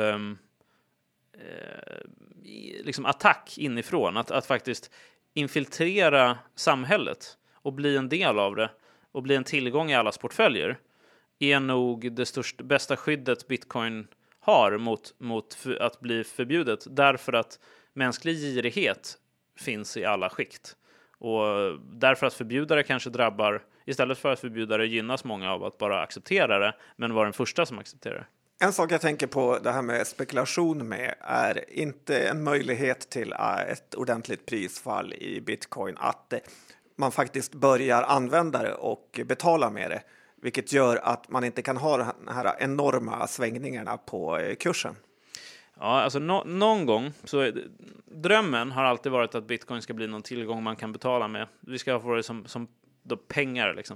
attack inifrån, att faktiskt infiltrera samhället och bli en del av det och bli en tillgång i allas portföljer, är nog det bästa skyddet bitcoin har mot att bli förbjudet, därför att mänsklig girighet finns i alla skikt, och därför att förbjudare kanske drabbar, istället för att förbjudare gynnas många av att bara acceptera det, men vara den första som accepterar det. En sak jag tänker på det här med spekulation med är inte en möjlighet till ett ordentligt prisfall i bitcoin, att man faktiskt börjar använda det och betala med det, vilket gör att man inte kan ha de här enorma svängningarna på kursen. Ja, alltså någon gång så drömmen har alltid varit att bitcoin ska bli någon tillgång man kan betala med. Vi ska få det som då pengar liksom.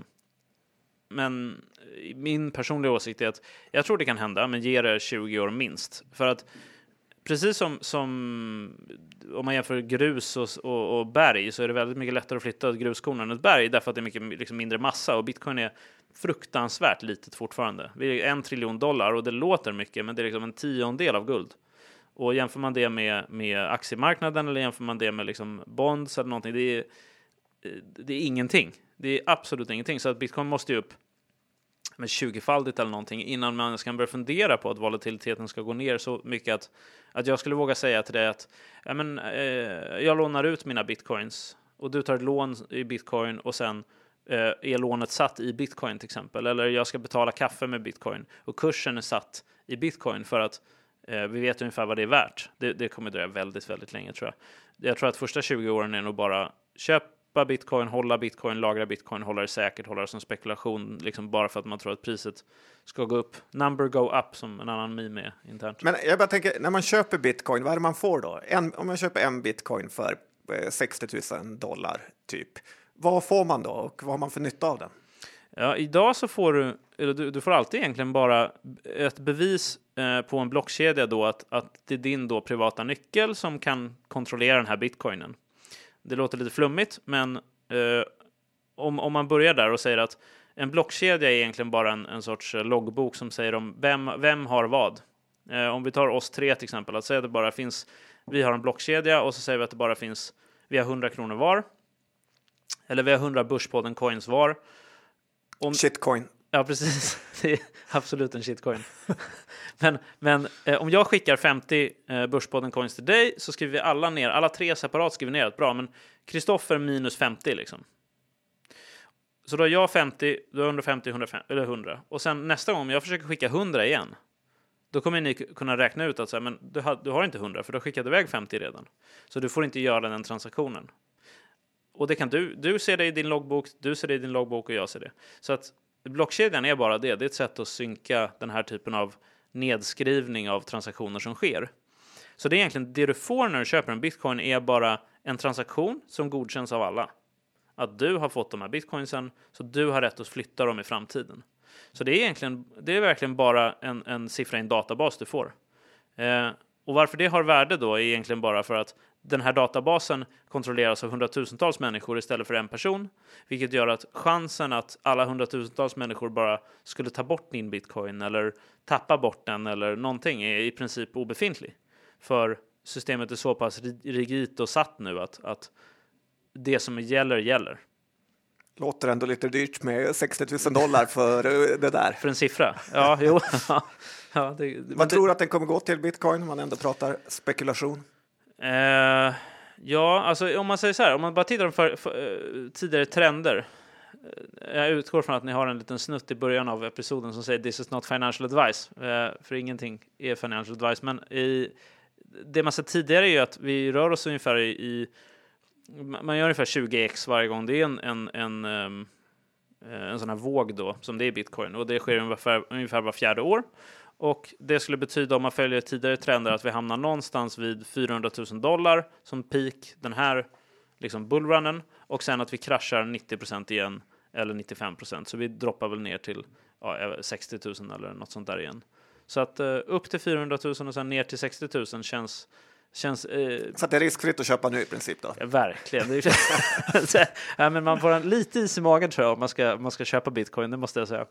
Men min personliga åsikt är att jag tror det kan hända, men ger det 20 år minst. För att precis som om man jämför grus och berg, så är det väldigt mycket lättare att flytta ett gruskorn än ett berg, därför att det är mycket mindre massa, och bitcoin är fruktansvärt litet fortfarande. Vi är $1 trillion och det låter mycket, men det är en 10% av guld. Och jämför man det med aktiemarknaden, eller jämför man det med bonds eller någonting, det är ingenting. Det är absolut ingenting. Så att bitcoin måste ju upp med 20-faldigt eller någonting innan man kan börja fundera på att volatiliteten ska gå ner så mycket att jag skulle våga säga till dig att jag lånar ut mina bitcoins och du tar ett lån i bitcoin och sen är lånet satt i bitcoin till exempel. Eller jag ska betala kaffe med bitcoin och kursen är satt i bitcoin för att vi vet ungefär vad det är värt. Det kommer dröja väldigt, väldigt länge, tror jag. Jag tror att första 20 åren är nog bara köpa bitcoin, hålla bitcoin, lagra bitcoin, hålla det säkert, hålla det som spekulation, bara för att man tror att priset ska gå upp. Number go up, som en annan meme är internt. Men jag bara tänker, när man köper bitcoin, vad är det man får då? Om jag köper en bitcoin för $60,000 typ, vad får man då och vad har man för nytta av den? Ja, idag så får du får alltid egentligen bara ett bevis på en blockkedja då att det är din då privata nyckel som kan kontrollera den här bitcoinen. Det låter lite flummigt, men om man börjar där och säger att en blockkedja är egentligen bara en sorts loggbok som säger om vem har vad. Om vi tar oss tre till exempel, att säga att det bara finns, vi har en blockkedja och så säger vi att det bara finns, vi har 100 kronor var, eller vi har 100 Börspodden coins var. Shitcoin. Ja, precis. Det är absolut en shitcoin. men om jag skickar 50 Börspodden coins till dig så skriver vi alla 3 separat skriver ner att bra, men Kristoffer minus 50 liksom. Så då har jag 50, du har 150, 150 eller 100. Och sen nästa gång om jag försöker skicka 100 igen, då kommer ni kunna räkna ut att så här, men du har inte 100 för du har skickat iväg 50 redan. Så du får inte göra den transaktionen. Och det kan du ser det i din loggbok, du ser det i din loggbok och jag ser det. Så att blockkedjan är bara det är ett sätt att synka den här typen av nedskrivning av transaktioner som sker. Så det är egentligen det du får när du köper en bitcoin är bara en transaktion som godkänns av alla. Att du har fått de här bitcoinsen så du har rätt att flytta dem i framtiden. Så det är verkligen bara en siffra i en databas du får. Och varför det har värde då är egentligen bara för att den här databasen kontrolleras av hundratusentals människor istället för en person. Vilket gör att chansen att alla hundratusentals människor bara skulle ta bort din bitcoin eller tappa bort den eller någonting är i princip obefintlig. För systemet är så pass rigitt och satt nu att det som gäller. Låter ändå lite dyrt med $60,000 för det där. För en siffra? Ja, jo. Vad tror du att den kommer gå till bitcoin om man ändå pratar spekulation? Ja, alltså om man säger så här, om man bara tittar på tidigare trender. Jag utgår från att ni har en liten snutt i början av episoden som säger this is not financial advice. För ingenting är financial advice. Men det man sett tidigare är ju att vi rör oss ungefär man gör ungefär 20x varje gång. Det är en sån här våg då, som det är bitcoin. Och det sker ungefär var 4:e år. Och det skulle betyda, om man följer tidigare trender, att vi hamnar någonstans vid $400,000 som peak den här liksom bullrunnen. Och sen att vi kraschar 90% igen, eller 95%. Så vi droppar väl ner till 60,000 eller något sånt där igen. Så att upp till 400,000 och sen ner till 60,000 känns så att det är riskfritt att köpa nu i princip då? Ja, verkligen. Ja, men man får en lite is i magen tror jag om man ska köpa bitcoin, det måste jag säga.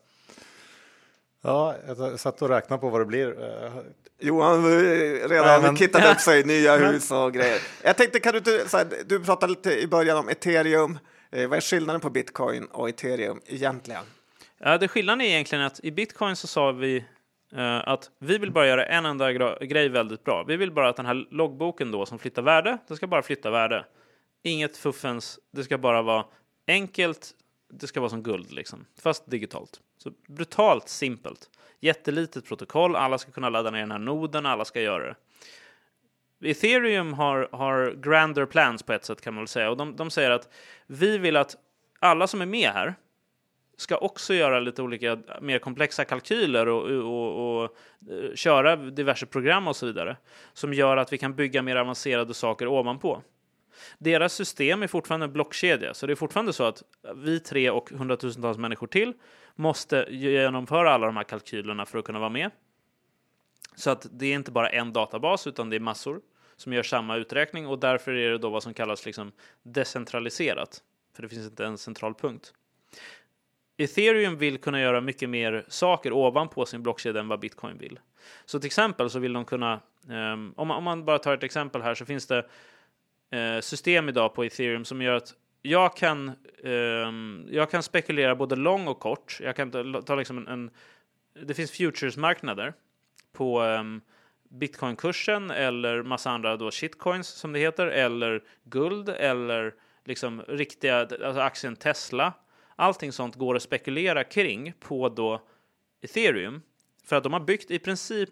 Ja, jag satt och räknade på vad det blir. Johan redan kittade upp sig nya hus och grejer. Jag tänkte, du pratade lite i början om Ethereum. Vad är skillnaden på bitcoin och Ethereum egentligen? Ja, det skillnaden är egentligen att i bitcoin så sa vi att vi vill bara göra en enda grej väldigt bra. Vi vill bara att den här loggboken då som flyttar värde, det ska bara flytta värde. Inget fuffens, det ska bara vara enkelt, det ska vara som guld liksom, fast digitalt. Så brutalt simpelt. Jättelitet protokoll, alla ska kunna ladda ner den här noden, alla ska göra det. Ethereum har grander plans på ett sätt kan man väl säga. Och de säger att vi vill att alla som är med här ska också göra lite olika mer komplexa kalkyler och köra diverse program och så vidare. Som gör att vi kan bygga mer avancerade saker ovanpå. Deras system är fortfarande en blockkedja. Så det är fortfarande så att vi 3 och hundratusentals människor till måste genomföra alla de här kalkylerna för att kunna vara med. Så att det är inte bara en databas utan det är massor som gör samma uträkning. Och därför är det då vad som kallas liksom decentraliserat. För det finns inte en central punkt. Ethereum vill kunna göra mycket mer saker ovanpå sin blockkedja än vad Bitcoin vill. Så till exempel så vill de kunna, om man bara tar ett exempel här, så finns det system idag på Ethereum som gör att jag kan spekulera både lång och kort. Jag kan ta liksom det finns futures-marknader på Bitcoin-kursen eller massa andra då shitcoins som det heter, eller guld eller liksom riktiga, alltså aktien Tesla. Allting sånt går att spekulera kring på då Ethereum. För att de har byggt i princip,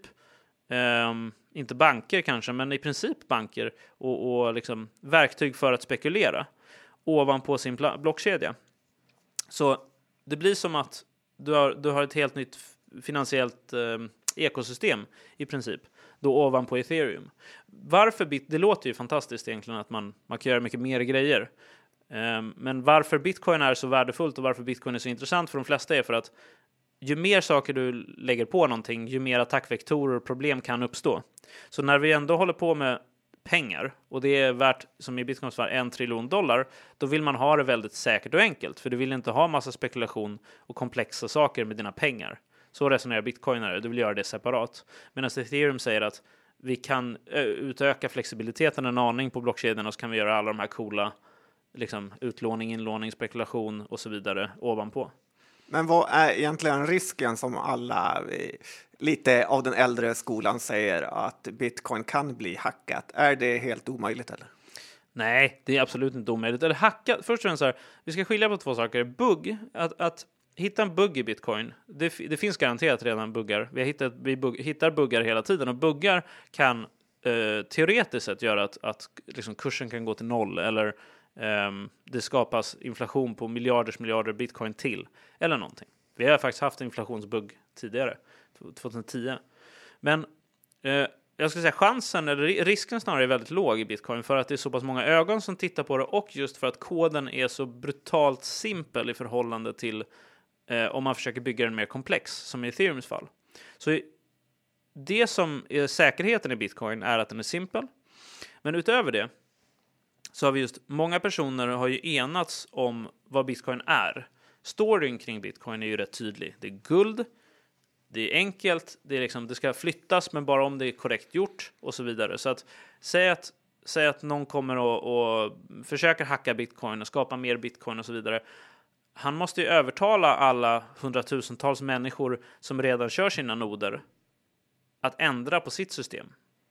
inte banker kanske, men i princip banker och liksom verktyg för att spekulera ovanpå sin blockkedja. Så det blir som att du har ett helt nytt finansiellt ekosystem i princip då ovanpå Ethereum. Varför det låter ju fantastiskt egentligen att man kan göra mycket mer grejer. Men varför Bitcoin är så värdefullt och varför Bitcoin är så intressant för de flesta är för att ju mer saker du lägger på någonting, ju mer attackvektorer och problem kan uppstå. Så när vi ändå håller på med pengar och det är värt, som i Bitcoins fall, $1 trillion, då vill man ha det väldigt säkert och enkelt. För du vill inte ha massa spekulation och komplexa saker med dina pengar. Så resonerar bitcoinare, du vill göra det separat. Medan Ethereum säger att vi kan utöka flexibiliteten en aning på blockkedjan och så kan vi göra alla de här coola liksom, utlåning, inlåning, spekulation och så vidare ovanpå. Men vad är egentligen risken som alla lite av den äldre skolan säger att bitcoin kan bli hackat? Är det helt omöjligt eller? Nej, det är absolut inte omöjligt. Eller hacka, först och främst så här, vi ska skilja på två saker. Bugg, att hitta en bugg i bitcoin, det finns garanterat redan buggar. Vi hittar buggar hela tiden, och buggar kan teoretiskt sett göra att liksom kursen kan gå till noll, eller det skapas inflation på miljarder bitcoin till, eller någonting. Vi har faktiskt haft inflationsbugg tidigare, 2010. Men jag skulle säga chansen, eller risken snarare, är väldigt låg i bitcoin, för att det är så pass många ögon som tittar på det, och just för att koden är så brutalt simpel i förhållande till om man försöker bygga den mer komplex, som i Ethereums fall. Så det som är säkerheten i bitcoin är att den är simpel. Men utöver det så har vi just, många personer har ju enats om vad bitcoin är. Storyn kring bitcoin är ju rätt tydlig. Det är guld, det är enkelt, det ska flyttas, men bara om det är korrekt gjort, och så vidare. Så att säg att någon kommer och försöker hacka bitcoin och skapa mer bitcoin och så vidare. Han måste ju övertala alla hundratusentals människor som redan kör sina noder att ändra på sitt system.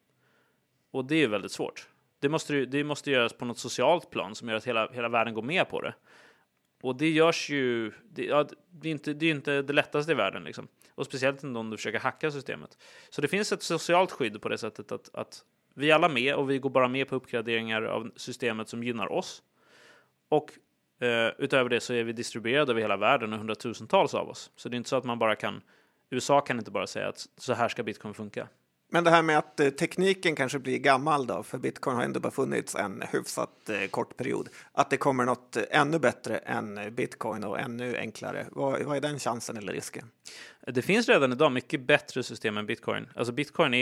Och det är ju väldigt svårt. Det måste göras på något socialt plan som gör att hela världen går med på det. Och det görs ju... Det är inte det lättaste i världen, liksom. Och speciellt inte om du försöker hacka systemet. Så det finns ett socialt skydd på det sättet att vi alla är med, och vi går bara med på uppgraderingar av systemet som gynnar oss. Och utöver det så är vi distribuerade över hela världen, och hundratusentals av oss. Så det är inte så att man bara kan... USA kan inte bara säga att så här ska bitcoin funka. Men det här med att tekniken kanske blir gammal då, för bitcoin har ändå bara funnits en hyfsat kort period. Att det kommer något ännu bättre än bitcoin och ännu enklare. Vad är den chansen eller risken? Det finns redan idag mycket bättre system än bitcoin. Alltså bitcoin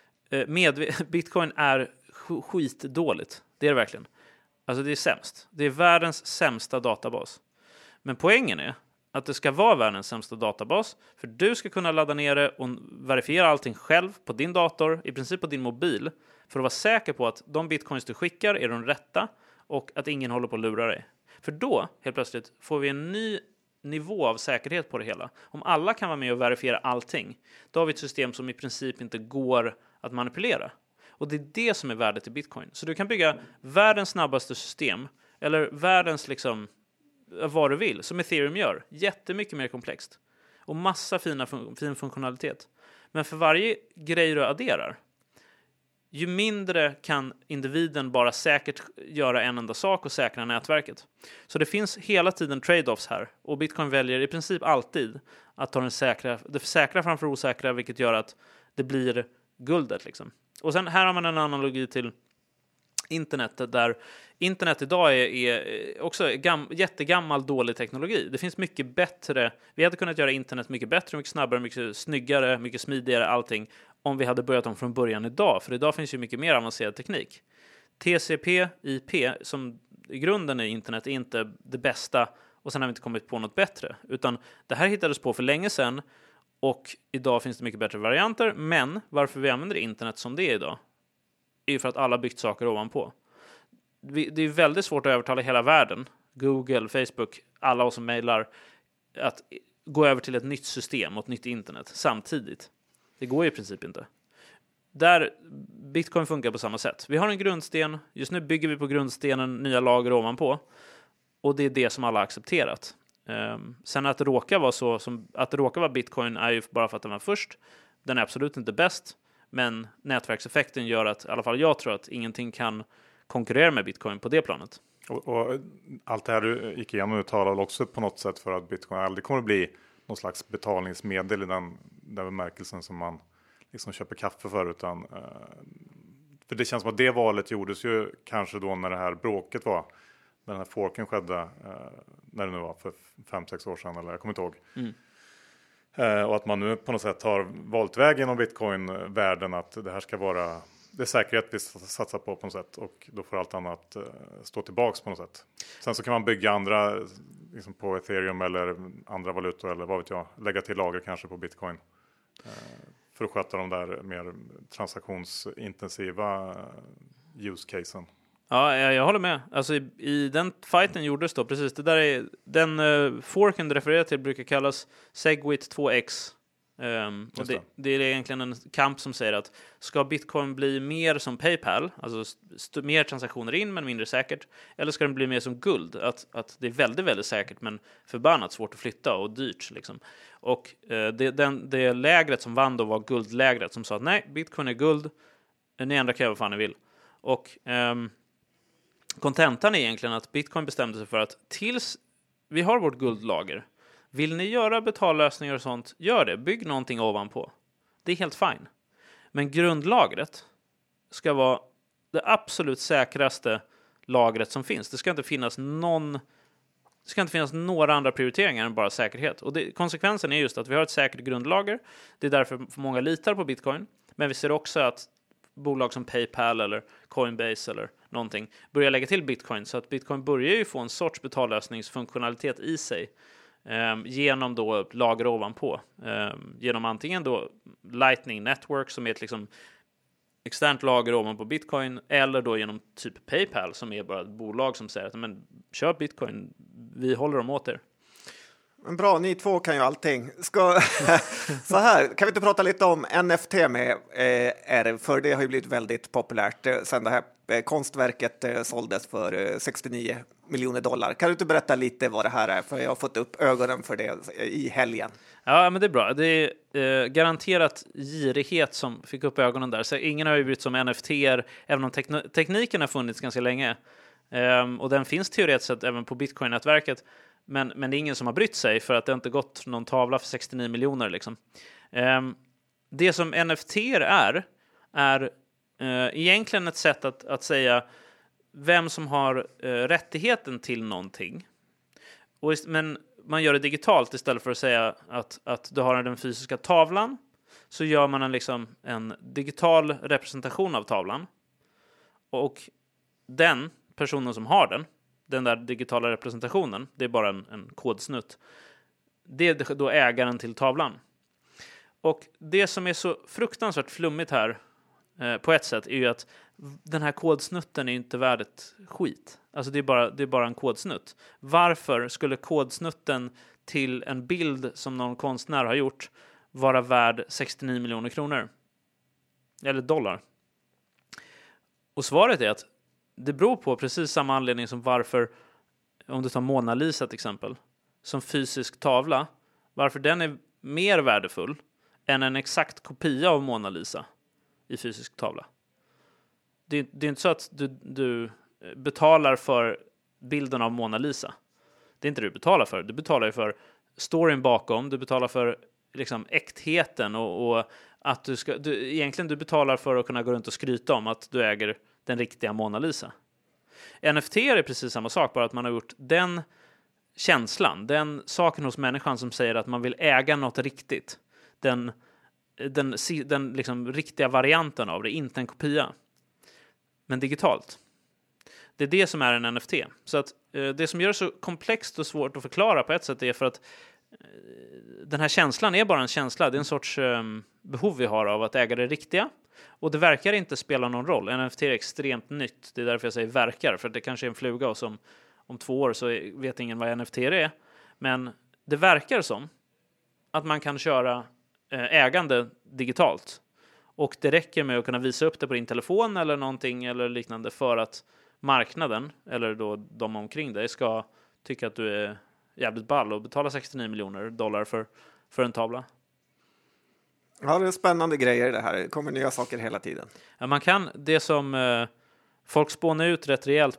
är skitdåligt. Det är det verkligen. Alltså det är sämst. Det är världens sämsta databas. Men poängen är att det ska vara världens sämsta databas, för du ska kunna ladda ner det och verifiera allting själv på din dator, i princip på din mobil, för att vara säker på att de bitcoins du skickar är de rätta, och att ingen håller på att lura dig. För då, helt plötsligt, får vi en ny nivå av säkerhet på det hela. Om alla kan vara med och verifiera allting, då har vi ett system som i princip inte går att manipulera. Och det är det som är värdet i bitcoin. Så du kan bygga världens snabbaste system, eller världens vad du vill, som Ethereum gör. Jättemycket mer komplext. Och massa fin funktionalitet. Men för varje grej du adderar, ju mindre kan individen bara säkert göra en enda sak och säkra nätverket. Så det finns hela tiden trade-offs här. Och bitcoin väljer i princip alltid att ta det säkra framför osäkra, vilket gör att det blir guldet, liksom. Och sen här har man en analogi till internet, där internet idag är också jättegammal dålig teknologi. Det finns mycket bättre. Vi hade kunnat göra internet mycket bättre, mycket snabbare, mycket snyggare, mycket smidigare, allting, om vi hade börjat om från början idag. För idag finns ju mycket mer avancerad teknik. TCP/IP, som i grunden är internet, är inte det bästa, och sen har vi inte kommit på något bättre. Utan det här hittades på för länge sedan, och idag finns det mycket bättre varianter. Men varför vi använder internet som det är idag är ju för att alla byggt saker ovanpå. Det är väldigt svårt att övertala hela världen, Google, Facebook, alla oss som mejlar, att gå över till ett nytt system och ett nytt internet samtidigt. Det går ju i princip inte. Där bitcoin funkar på samma sätt. Vi har en grundsten, just nu bygger vi på grundstenen nya lager ovanpå, och det är det som alla har accepterat. Sen att det råkar vara bitcoin är ju bara för att den var först. Den är absolut inte bäst, men nätverkseffekten gör att, i alla fall jag tror, att ingenting kan konkurrera med bitcoin på det planet. Och allt det här du gick igenom nu talar också på något sätt för att bitcoin aldrig kommer att bli någon slags betalningsmedel i den bemärkelsen som man liksom köper kaffe för, utan för det känns som att det valet gjordes ju kanske då när det här bråket var, när den här forken skedde, när det nu var för 5-6 år sedan, eller jag kommer inte ihåg. Och att man nu på något sätt har valt väg inom bitcoin-världen, att det här ska vara det säkerhet vi satsar på något sätt, och då får allt annat stå tillbaks på något sätt. Sen så kan man bygga andra liksom på Ethereum eller andra valutor, eller vad vet jag, lägga till lager kanske på bitcoin för att sköta de där mer transaktionsintensiva use-casen. Ja, jag håller med. Alltså i den fighten gjordes då precis det där är den forken du refererar till brukar kallas Segwit 2x. Och det är egentligen en kamp som säger att ska Bitcoin bli mer som PayPal, alltså mer transaktioner in men mindre säkert, eller ska den bli mer som guld, att det är väldigt, väldigt säkert men förbannat svårt att flytta och dyrt liksom. Och det lägret som vann då var guldlägret som sa att nej, Bitcoin är guld, ni andra kan göra vad fan ni vill. Och kontentan är egentligen att Bitcoin bestämde sig för att tills vi har vårt guldlager, vill ni göra betallösningar och sånt, gör det. Bygg någonting ovanpå. Det är helt fine. Men grundlagret ska vara det absolut säkraste lagret som finns. Det ska inte finnas några andra prioriteringar än bara säkerhet. Och konsekvensen är just att vi har ett säkert grundlager. Det är därför många litar på Bitcoin. Men vi ser också att bolag som PayPal eller Coinbase eller någonting börjar lägga till Bitcoin. Så att Bitcoin börjar ju få en sorts betallösningsfunktionalitet i sig. Genom då lager ovanpå. Genom antingen då Lightning Network som är ett liksom externt lager ovanpå Bitcoin, eller då genom typ PayPal som är bara ett bolag som säger att men köp Bitcoin, vi håller dem åt er. Men bra, ni två kan ju allting. Så här, kan vi inte prata lite om NFT med er? För det har ju blivit väldigt populärt sen det här konstverket såldes för $69 miljoner. Kan du inte berätta lite vad det här är? För jag har fått upp ögonen för det i helgen. Ja, men det är bra. Det är garanterat girighet som fick upp ögonen där. Så ingen har ju brytt sig om NFT-er, även om tekniken har funnits ganska länge. Och den finns teoretiskt sett även på Bitcoin-nätverket. Men det är ingen som har brytt sig för att det inte gått någon tavla för 69 miljoner. Liksom. Det som NFT är egentligen ett sätt att säga vem som har rättigheten till någonting. Men man gör det digitalt istället för att säga att du har den fysiska tavlan. Så gör man en digital representation av tavlan. Och den personen som har den där digitala representationen, det är bara en kodsnutt. Det är då ägaren till tavlan. Och det som är så fruktansvärt flummigt här på ett sätt är ju att den här kodsnutten är inte värd ett skit. Alltså det är bara en kodsnutt. Varför skulle kodsnutten till en bild som någon konstnär har gjort vara värd 69 miljoner kronor? Eller dollar. Och svaret är att det beror på precis samma anledning som varför, om du tar Mona Lisa till exempel, som fysisk tavla, varför den är mer värdefull än en exakt kopia av Mona Lisa i fysisk tavla. Det är inte så att du betalar för bilden av Mona Lisa. Det är inte det du betalar för. Du betalar ju för storyn bakom, du betalar för liksom äktheten och att du betalar för att kunna gå runt och skryta om att du äger den riktiga Mona Lisa. NFT är precis samma sak, bara att man har gjort den känslan, den saken hos människan som säger att man vill äga något riktigt. Den liksom riktiga varianten av det, inte en kopia. Men digitalt. Det är det som är en NFT. Så att det som gör det så komplext och svårt att förklara på ett sätt är för att den här känslan är bara en känsla. Det är en sorts behov vi har av att äga det riktiga. Och det verkar inte spela någon roll. NFT är extremt nytt. Det är därför jag säger verkar. För det kanske är en fluga och som om 2 år så vet ingen vad NFT är. Men det verkar som att man kan köra ägande digitalt. Och det räcker med att kunna visa upp det på din telefon eller någonting eller liknande för att marknaden eller då de omkring dig ska tycka att du är jävligt ball och betala 69 miljoner dollar för en tavla. Ja, det är spännande grejer det här. Det kommer nya saker hela tiden. Ja, man kan, det som folk spånar ut rätt rejält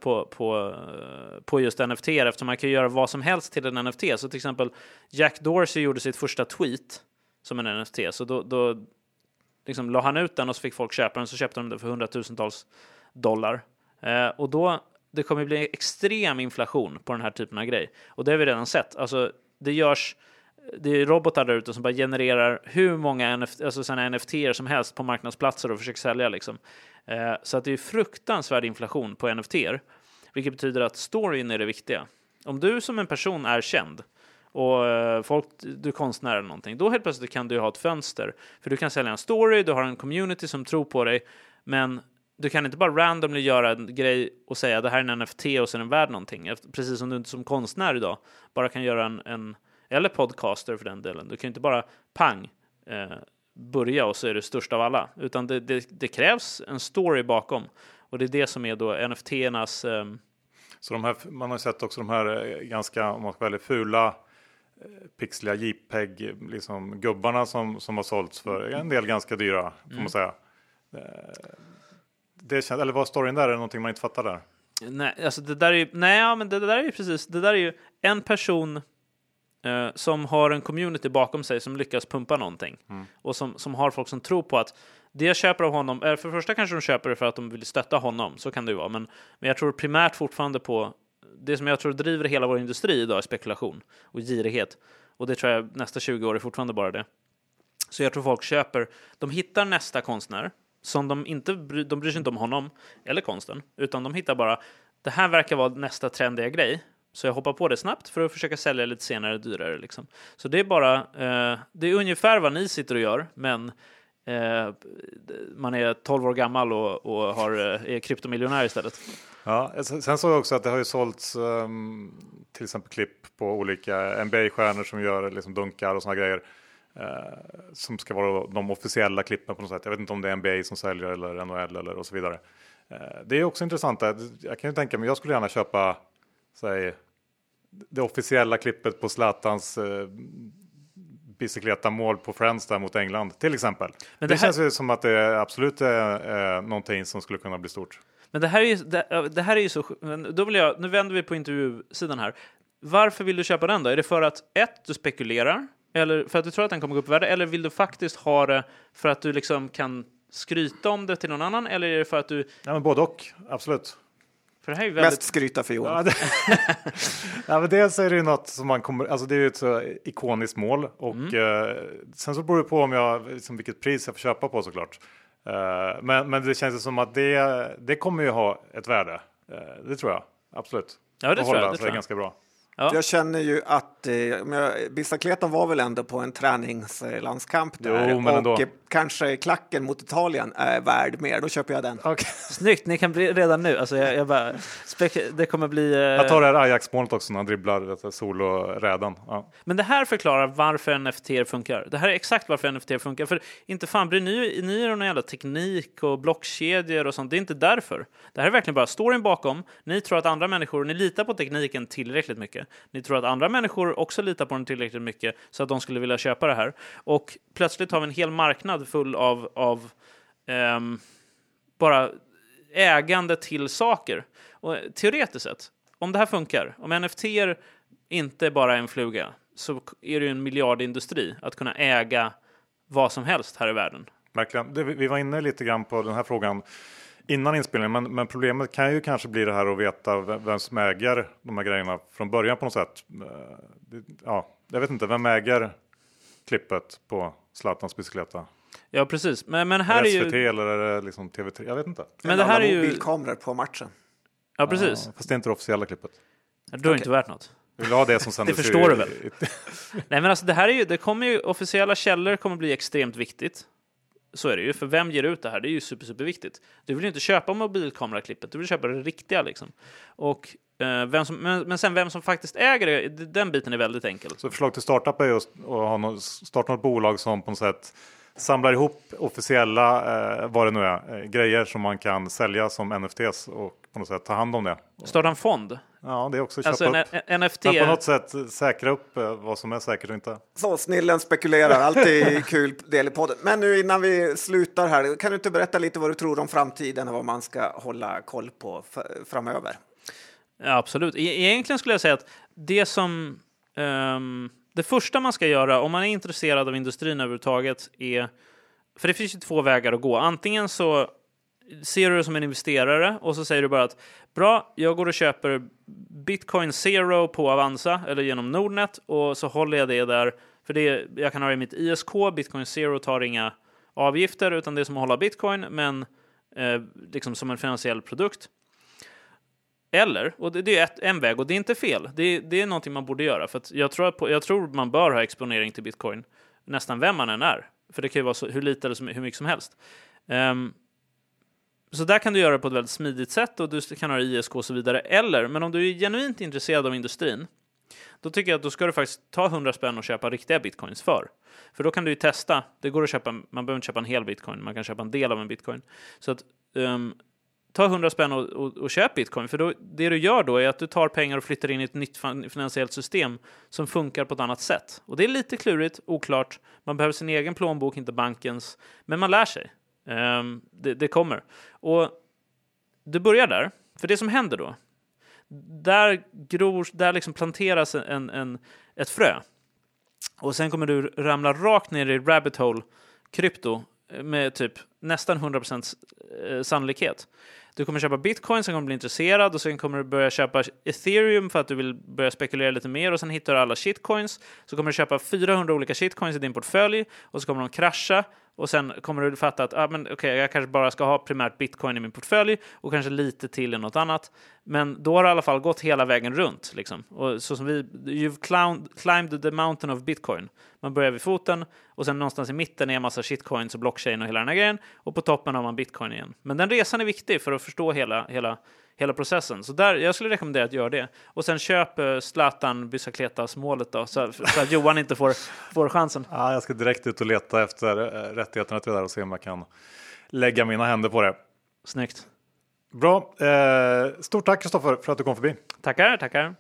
på just NFT eftersom man kan göra vad som helst till en NFT. Så till exempel Jack Dorsey gjorde sitt första tweet som en NFT. Så då liksom la han ut den och så fick folk köpa den, så köpte de den för hundratusentals dollar. Och då det kommer bli extrem inflation på den här typen av grej. Och det har vi redan sett. Alltså det är robotar där ute som bara genererar hur många sådana NFT-er som helst på marknadsplatser och försöker sälja liksom. Så att det är fruktansvärd inflation på NFT-er, vilket betyder att storyn är det viktiga. Om du som en person är känd och du är konstnär eller någonting, då helt plötsligt kan du ha ett fönster. För du kan sälja en story, du har en community som tror på dig, men du kan inte bara randomly göra en grej och säga det här är en NFT och så är den värd någonting. Precis som du inte som konstnär idag bara kan göra eller podcaster för den delen. Du kan inte bara börja och så är det störst av alla. Utan det krävs en story bakom. Och det är det som är då NFT-ernas... Så man har sett också de här ganska, om man ska väldigt fula pixliga JPEG liksom gubbarna som har sålts för en del ganska dyra, får man säga. Det känns, eller var storyn där är någonting man inte fattar där? Nej, alltså det där är ju precis, det där är ju en person som har en community bakom sig som lyckas pumpa någonting och som har folk som tror på att det jag köper av honom, för det första kanske de köper det för att de vill stötta honom, så kan det ju vara, men jag tror primärt fortfarande på det som jag tror driver hela vår industri idag är spekulation och girighet, och det tror jag nästa 20 år är fortfarande bara det. Så jag tror folk de hittar nästa konstnär som de bryr sig inte om honom eller konsten, utan de hittar bara, det här verkar vara nästa trendiga grej, så jag hoppar på det snabbt för att försöka sälja lite senare dyrare liksom. Så det är bara det är ungefär vad ni sitter och gör, men man är 12 år gammal och är kryptomiljonär istället. Ja, sen såg jag också att det har ju sålts till exempel klipp på olika NBA-stjärnor som gör liksom dunkar och såna grejer som ska vara de officiella klippen på något sätt. Jag vet inte om det är NBA som säljer eller NHL eller och så vidare. Det är också intressant. Jag kan ju tänka mig, jag skulle gärna köpa det officiella klippet på Zlatans bicykleta-mål på Friends där mot England till exempel. Men det känns ju som att det absolut är någonting som skulle kunna bli stort. Men det här är ju så... Nu vänder vi på intervjusidan här. Varför vill du köpa den då? Är det för att du spekulerar? Eller för att du tror att den kommer gå upp i värde? Eller vill du faktiskt ha det för att du liksom kan skryta om det till någon annan? Eller är det för att du... Ja, men både och. Absolut. För det här är väldigt... Mest skryta för Johan. Ja, men dels är det ju något som man kommer... Alltså det är ju ett så ikoniskt mål. Och sen så beror det på liksom vilket pris jag får köpa på såklart. Men det känns som att det kommer ju ha ett värde. Det tror jag. Absolut. Ja, det tror jag. Det är ganska bra. Ja. Jag känner ju att bicicletan var väl ändå på en träningslandskamp där. Och kanske klacken mot Italien är värd mer. Då köper jag den. Okay. Snyggt, ni kan bli redan nu. Alltså jag bara, det kommer bli... Jag tar det här Ajax-målet också när han dribblar solo-rädan. Ja. Men det här förklarar varför NFT funkar. Det här är exakt varför NFT funkar. För inte fan bryr ni er om någon jävla teknik och blockkedjor och sånt. Det är inte därför. Det här är verkligen bara storyn bakom. Ni tror att andra människor, ni litar på tekniken tillräckligt mycket. Ni tror att andra människor också litar på den tillräckligt mycket så att de skulle vilja köpa det här. Och plötsligt har vi en hel marknad full av bara ägande till saker. Och teoretiskt sett, om det här funkar, om NFT-er inte bara är en fluga, så är det ju en miljardindustri att kunna äga vad som helst här i världen. Verkligen. Vi var inne lite grann på den här frågan innan inspelningen, men problemet kan ju kanske bli det här att veta vem som äger de här grejerna från början på något sätt. Ja, jag vet inte, vem äger klippet på Zlatans bicykleta? Ja, precis. Men här är ju... SVT eller är det liksom TV3? Jag vet inte. Men det här är ju mobilkameror på matchen. Ja, precis. Fast det är inte det officiella klippet. Det är inte värt något. Vill du ha det som det förstår du väl? Nej, men alltså det kommer ju, officiella källor kommer bli extremt viktigt. Så är det ju, för vem ger ut det här? Det är ju superviktigt. Du vill ju inte köpa mobilkameraklippet, du vill köpa det riktiga liksom. Och men sen vem som faktiskt äger det, den biten är väldigt enkel. Så förslag till startup är just att starta något bolag som på något sätt samlar ihop officiella, vad det nu är, grejer som man kan sälja som NFTs och på något sätt ta hand om det. Starta en fond? Ja, det är också alltså köpa upp. NFT... Men på något sätt säkra upp vad som är säkert och inte. Så snillen spekulerar, alltid kul del i podden. Men nu innan vi slutar här, kan du inte berätta lite vad du tror om framtiden och vad man ska hålla koll på framöver? Ja, absolut. Egentligen skulle jag säga att det som... det första man ska göra om man är intresserad av industrin överhuvudtaget är... För det finns ju två vägar att gå. Antingen så ser du det som en investerare och så säger du bara att bra, jag går och köper Bitcoin Zero på Avanza eller genom Nordnet och så håller jag det där. För jag kan ha det i mitt ISK. Bitcoin Zero tar inga avgifter utan det är som att hålla Bitcoin, men liksom som en finansiell produkt. Eller, och det är en väg och det är inte fel. Det är någonting man borde göra. För att jag tror man bör ha exponering till Bitcoin nästan vem man än är. För det kan ju vara hur lite eller hur mycket som helst. Så där kan du göra det på ett väldigt smidigt sätt och du kan ha ISK och så vidare. Men om du är genuint intresserad av industrin, då tycker jag att då ska du faktiskt ta 100 spänn och köpa riktiga bitcoins för då kan du ju testa. Det går att köpa, man behöver inte köpa en hel bitcoin, man kan köpa en del av en bitcoin. Så att ta 100 spänn och köp bitcoin, för då, det du gör då är att du tar pengar och flyttar in i ett nytt finansiellt system som funkar på ett annat sätt. Och det är lite klurigt, oklart. Man behöver sin egen plånbok, inte bankens, men man lär sig. Det kommer. Och du börjar där, för det som händer då, där liksom planteras ett frö. Och sen kommer du ramla rakt ner i rabbit hole krypto med typ nästan 100% sannolikhet. Du kommer köpa bitcoin, sen kommer du bli intresserad och sen kommer du börja köpa ethereum för att du vill börja spekulera lite mer och sen hittar du alla shitcoins. Så kommer du köpa 400 olika shitcoins i din portfölj och så kommer de krascha och sen kommer du fatta att jag kanske bara ska ha primärt bitcoin i min portfölj och kanske lite till i något annat. Men då har du i alla fall gått hela vägen runt. Liksom. Och så som you've climbed the mountain of bitcoin. Man börjar vid foten och sen någonstans i mitten är en massa shitcoins och blockchain och hela den här grejen. Och på toppen har man bitcoin igen. Men den resan är viktig för att förstå hela processen. Så jag skulle rekommendera att göra det. Och sen köp Zlatan Bysakletas målet då, så att Johan inte får chansen. Ja, jag ska direkt ut och leta efter rättigheterna till det där och se om jag kan lägga mina händer på det. Snyggt. Bra. Stort tack Kristoffer för att du kom förbi. Tackar.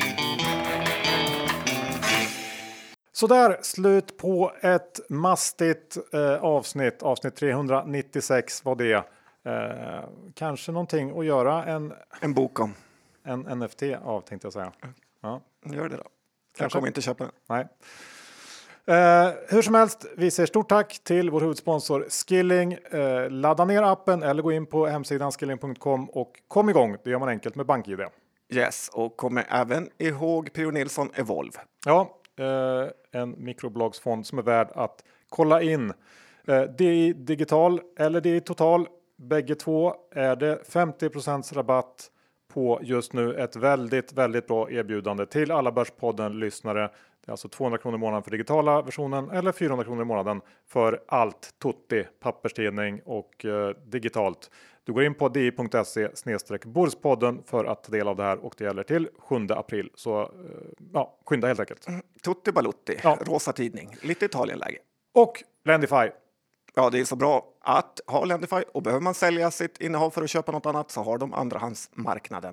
Så där, slut på ett mastigt avsnitt 396 var det. Kanske någonting att göra en bok om. En NFT av, tänkte jag säga. Ja. Gör det då. Jag kommer inte köpa den. Nej. Hur som helst, vi säger stort tack till vår huvudsponsor Skilling. Ladda ner appen eller gå in på hemsidan skilling.com och kom igång. Det gör man enkelt med BankID. Yes, och kommer även ihåg P.O. Nilsson Evolve. Ja, en mikroblogsfond som är värd att kolla in. DI digital eller DI total. Bägge två är det 50% rabatt på just nu ett väldigt, väldigt bra erbjudande till alla Börspodden-lyssnare. Det är alltså 200 kronor i månaden för digitala versionen eller 400 kronor i månaden för allt tutti, papperstidning och digitalt. Du går in på di.se/Börspodden för att ta del av det här och det gäller till 7 april. Så skynda helt enkelt. Tutti Balutti, rosa tidning, lite Italienläge. Och Lendify. Ja, det är så bra att ha Lendify och behöver man sälja sitt innehav för att köpa något annat så har de andrahandsmarknaden.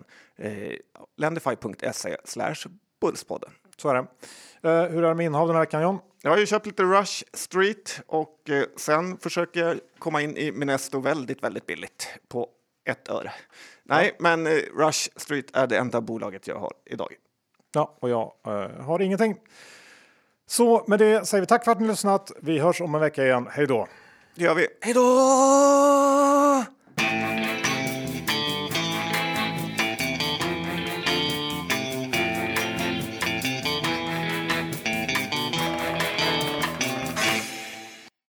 Lendify.se/Börspodden. Så är det. Hur är det med innehav den här veckan, John? Jag har ju köpt lite Rush Street och sen försöker jag komma in i Minesto väldigt, väldigt billigt på 1 öre. Nej, men Rush Street är det enda bolaget jag har idag. Ja, och jag har ingenting. Så med det säger vi tack för att ni har lyssnat. Vi hörs om en vecka igen. Hej då! Det gör vi. Hej då!